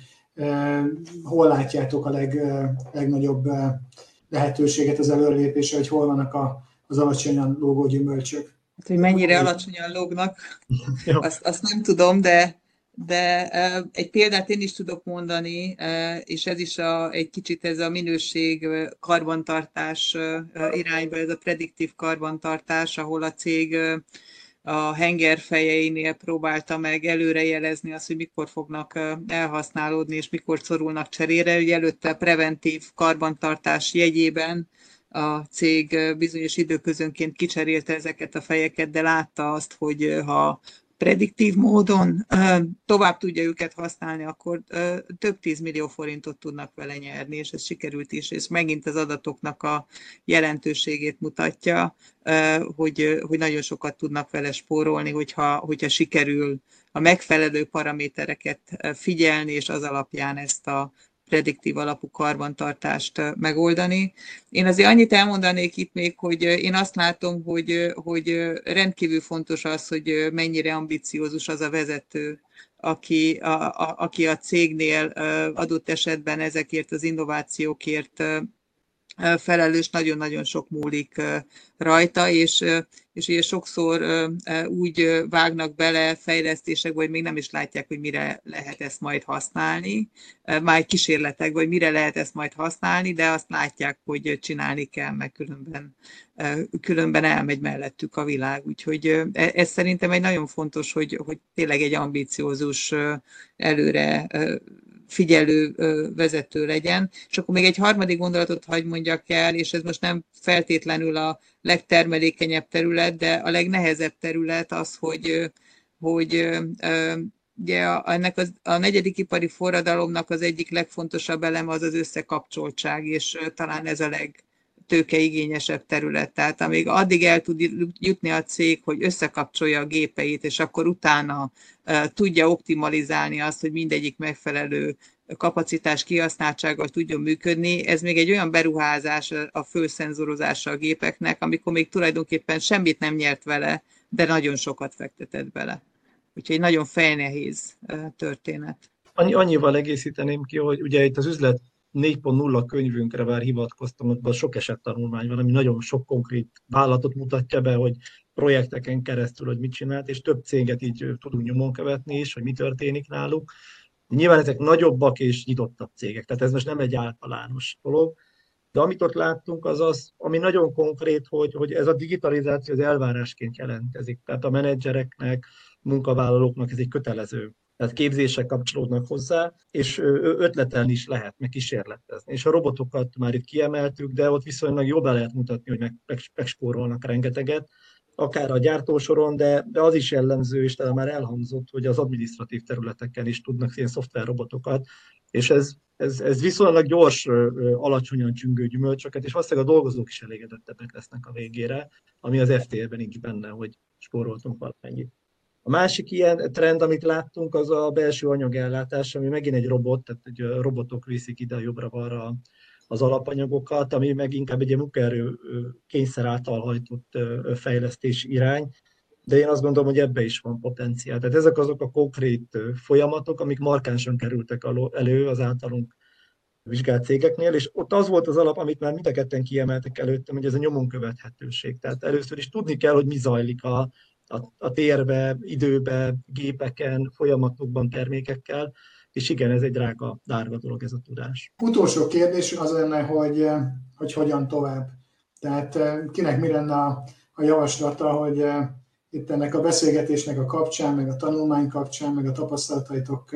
Speaker 2: hol látjátok a leg, legnagyobb lehetőséget az előrelépésre, hogy hol vannak a, az alacsonyan lógó gyümölcsök?
Speaker 4: Hát, hogy mennyire alacsonyan lógnak, azt, azt nem tudom, de, de egy példát én is tudok mondani, és ez is a, egy kicsit ez a minőség karbantartás irányba, ez a prediktív karbantartás, ahol a cég a hengerfejeinél próbálta meg előrejelezni azt, hogy mikor fognak elhasználódni, és mikor szorulnak cserére. Ugye előtte a preventív karbantartás jegyében a cég bizonyos időközönként kicserélte ezeket a fejeket, de látta azt, hogy ha prediktív módon tovább tudja őket használni, akkor több tízmillió forintot tudnak vele nyerni, és ez sikerült is, és megint az adatoknak a jelentőségét mutatja, hogy, hogy nagyon sokat tudnak vele spórolni, hogyha, hogyha sikerül a megfelelő paramétereket figyelni, és az alapján ezt a prediktív alapú karbantartást megoldani. Én azért annyit elmondanék itt még, hogy én azt látom, hogy, hogy rendkívül fontos az, hogy mennyire ambiciózus az a vezető, aki a, a, aki a cégnél adott esetben ezekért az innovációkért felelős, nagyon-nagyon sok múlik rajta, és, és ugye sokszor úgy vágnak bele fejlesztésekbe, hogy még nem is látják, hogy mire lehet ezt majd használni, már kísérletekben, hogy mire lehet ezt majd használni, de azt látják, hogy csinálni kell, meg különben, különben elmegy mellettük a világ. Úgyhogy ez szerintem egy nagyon fontos, hogy, hogy tényleg egy ambiciózus, előre figyelő vezető legyen. És akkor még egy harmadik gondolatot hagy mondjak el, és ez most nem feltétlenül a legtermelékenyebb terület, de a legnehezebb terület az, hogy, hogy ugye ennek az, a negyedik ipari forradalomnak az egyik legfontosabb eleme az az összekapcsoltság, és talán ez a legtőkeigényesebb terület. Tehát amíg addig el tud jutni a cég, hogy összekapcsolja a gépeit, és akkor utána tudja optimalizálni azt, hogy mindegyik megfelelő kapacitás kihasználtsággal tudjon működni. Ez még egy olyan beruházás a fölszenzorozása a gépeknek, amikor még tulajdonképpen semmit nem nyert vele, de nagyon sokat fektetett bele. Úgyhogy nagyon fejnehéz történet.
Speaker 3: Annyi, annyival egészíteném ki, hogy ugye itt az üzlet négy pont nulla könyvünkre már hivatkoztam, abban sok esettanulmány van, ami nagyon sok konkrét vállalatot mutatja be, hogy projekteken keresztül, hogy mit csinált, és több céget így tudunk nyomon követni is, hogy mi történik náluk. Nyilván ezek nagyobbak és nyitottabb cégek, tehát ez most nem egy általános dolog, de amit ott láttunk, az az, ami nagyon konkrét, hogy, hogy ez a digitalizáció az elvárásként jelentkezik. Tehát a menedzsereknek, munkavállalóknak ez egy kötelező. Tehát képzések kapcsolódnak hozzá, és ötletelni is lehet, meg kísérletezni. És a robotokat már itt kiemeltük, de ott viszonylag jól be lehet mutatni, hogy meg, meg, megspórolnak rengeteget, akár a gyártósoron, de, de az is jellemző, és talán már elhangzott, hogy az adminisztratív területeken is tudnak ilyen szoftverrobotokat, és ez, ez, ez viszonylag gyors, alacsonyan csüngő gyümölcsöket, és valószínűleg a dolgozók is elégedettebbek lesznek a végére, ami az ef té é-ben nincs benne, hogy spóroltunk valamennyit. A másik ilyen trend, amit láttunk, az a belső anyagellátás, ami megint egy robot, tehát egy robotok viszik ide jobbra-balra az alapanyagokat, ami meg inkább egy munkaerő kényszer által hajtott fejlesztés irány, de én azt gondolom, hogy ebbe is van potenciál. Tehát ezek azok a konkrét folyamatok, amik markánsan kerültek elő az általunk vizsgált cégeknél, és ott az volt az alap, amit már mind a ketten kiemeltek előttem, hogy ez a nyomon követhetőség. Tehát először is tudni kell, hogy mi zajlik a, a, a térbe, időbe, gépeken, folyamatokban, termékekkel, és igen, ez egy drága, drága dolog ez a tudás.
Speaker 2: Utolsó kérdés az lenne, hogy, hogy hogyan tovább. Tehát kinek mi lenne a, a javaslata, hogy itt ennek a beszélgetésnek a kapcsán, meg a tanulmány kapcsán, meg a tapasztalataitok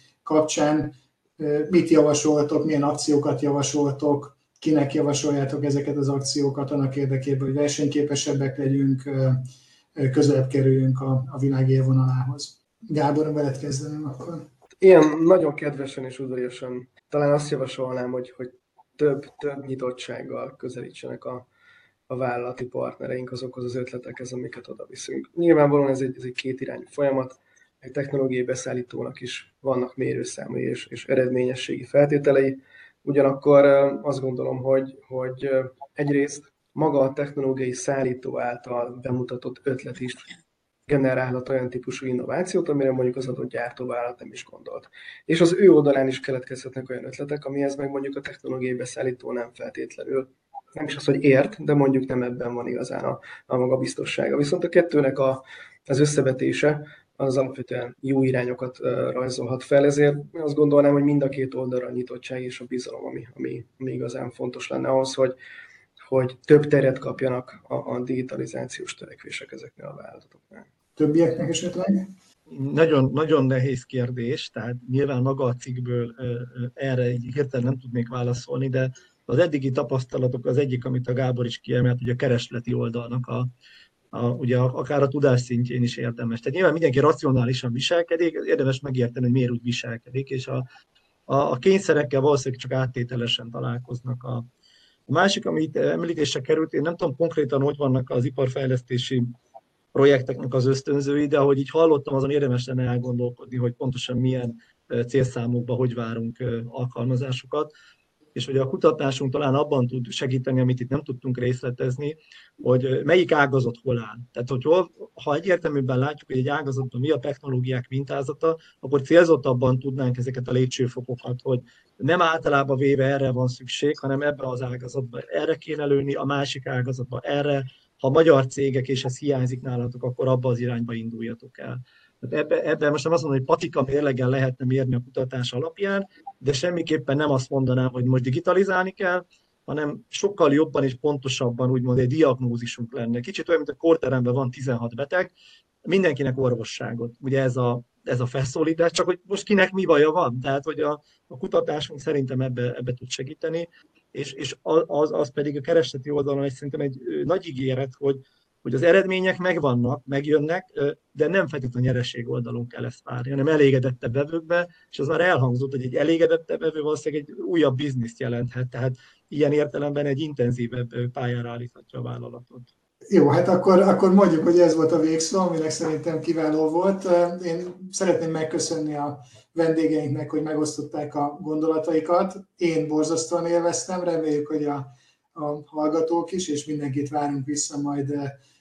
Speaker 2: kapcsán mit javasoltok, milyen akciókat javasoltok, kinek javasoljátok ezeket az akciókat annak érdekében, hogy versenyképesebbek legyünk, közelebb kerüljünk a, a világ élvonalához. Gábor, veled kezdeném akkor.
Speaker 6: Ilyen nagyon kedvesen és udvariasan talán azt javasolnám, hogy, hogy több, több nyitottsággal közelítsenek a, a vállalati partnereink azokhoz az ötletekhez, amiket oda viszünk. Nyilvánvalóan ez egy, ez egy kétirányú folyamat, egy technológiai beszállítónak is vannak mérőszámai és, és eredményességi feltételei. Ugyanakkor azt gondolom, hogy, hogy egyrészt maga a technológiai szállító által bemutatott ötlet is generálhat olyan típusú innovációt, amire mondjuk az adott gyártóvállalat nem is gondolt. És az ő oldalán is keletkezhetnek olyan ötletek, amihez meg mondjuk a technológiai beszállító nem feltétlenül, nem is az, hogy ért, de mondjuk nem ebben van igazán a, a maga biztossága. Viszont a kettőnek a, az összevetése az alapvetően jó irányokat uh, rajzolhat fel, ezért azt gondolnám, hogy mind a két oldalra a nyitottság és a bizalom, ami, ami, ami igazán fontos lenne ahhoz, hogy, hogy több teret kapjanak a, a digitalizációs törekvések ezeknél a vállalatoknál.
Speaker 2: Többieknek esetleg?
Speaker 3: Nagyon, nagyon nehéz kérdés, tehát nyilván maga a cikkből erre így hirtelen nem tudnék válaszolni, de az eddigi tapasztalatok az egyik, amit a Gábor is kiemelt, hogy a keresleti oldalnak a, a, ugye akár a tudás szintjén is érdemes. Tehát nyilván mindenki racionálisan viselkedik, érdemes megérteni, hogy miért úgy viselkedik, és a, a, a kényszerekkel valószínűleg csak áttételesen találkoznak. A, a másik, amit említésre került, én nem tudom konkrétan, hogy vannak az iparfejlesztési projekteknek az ösztönzői, de ahogy így hallottam, azon érdemes lenne elgondolkodni, hogy pontosan milyen célszámokban hogy várunk alkalmazásokat, és hogy a kutatásunk talán abban tud segíteni, amit itt nem tudtunk részletezni, hogy melyik ágazat hol áll. Tehát, hogy hol, ha egyértelműbben látjuk, hogy egy ágazatban mi a technológiák mintázata, akkor célzottabban tudnánk ezeket a lépcsőfokokat, hogy nem általában véve erre van szükség, hanem ebben az ágazatban erre kéne lőni, a másik ágazatban erre. Ha magyar cégek, és ez hiányzik nálatok, akkor abba az irányba induljatok el. Ebben ebbe most nem azt mondom, hogy patika mérleggel lehetne mérni a kutatás alapján, de semmiképpen nem azt mondanám, hogy most digitalizálni kell, hanem sokkal jobban és pontosabban úgymond egy diagnózisunk lenne. Kicsit olyan, mint a kórteremben van tizenhat beteg, mindenkinek orvosságot. Ugye ez a, ez a felszólítás, csak hogy most kinek mi baja van. Tehát, hogy a, a kutatásunk szerintem ebbe, ebbe tud segíteni, és, és az, az pedig a keresleti oldalon egy, szerintem egy nagy ígéret, hogy, hogy az eredmények megvannak, megjönnek, de nem feltétlenül a nyereség oldalon kell ezt várni, hanem elégedettebb vevőkbe, és az már elhangzott, hogy egy elégedettebb vevő valószínűleg egy újabb bizniszt jelenthet, tehát ilyen értelemben egy intenzívebb pályára állíthatja a vállalatot.
Speaker 2: Jó, hát akkor, akkor mondjuk, hogy ez volt a végszó, aminek szerintem kiváló volt. Én szeretném megköszönni a vendégeinknek, hogy megosztották a gondolataikat. Én borzasztóan élveztem, reméljük, hogy a, a hallgatók is, és mindenkit várunk vissza majd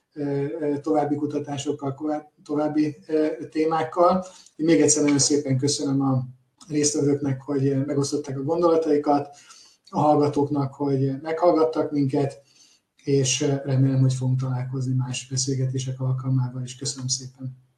Speaker 2: további kutatásokkal, további témákkal. Én még egyszer nagyon szépen köszönöm a résztvevőknek, hogy megosztották a gondolataikat, a hallgatóknak, hogy meghallgattak minket, és remélem, hogy fogunk találkozni más beszélgetések alkalmával is. Köszönöm szépen!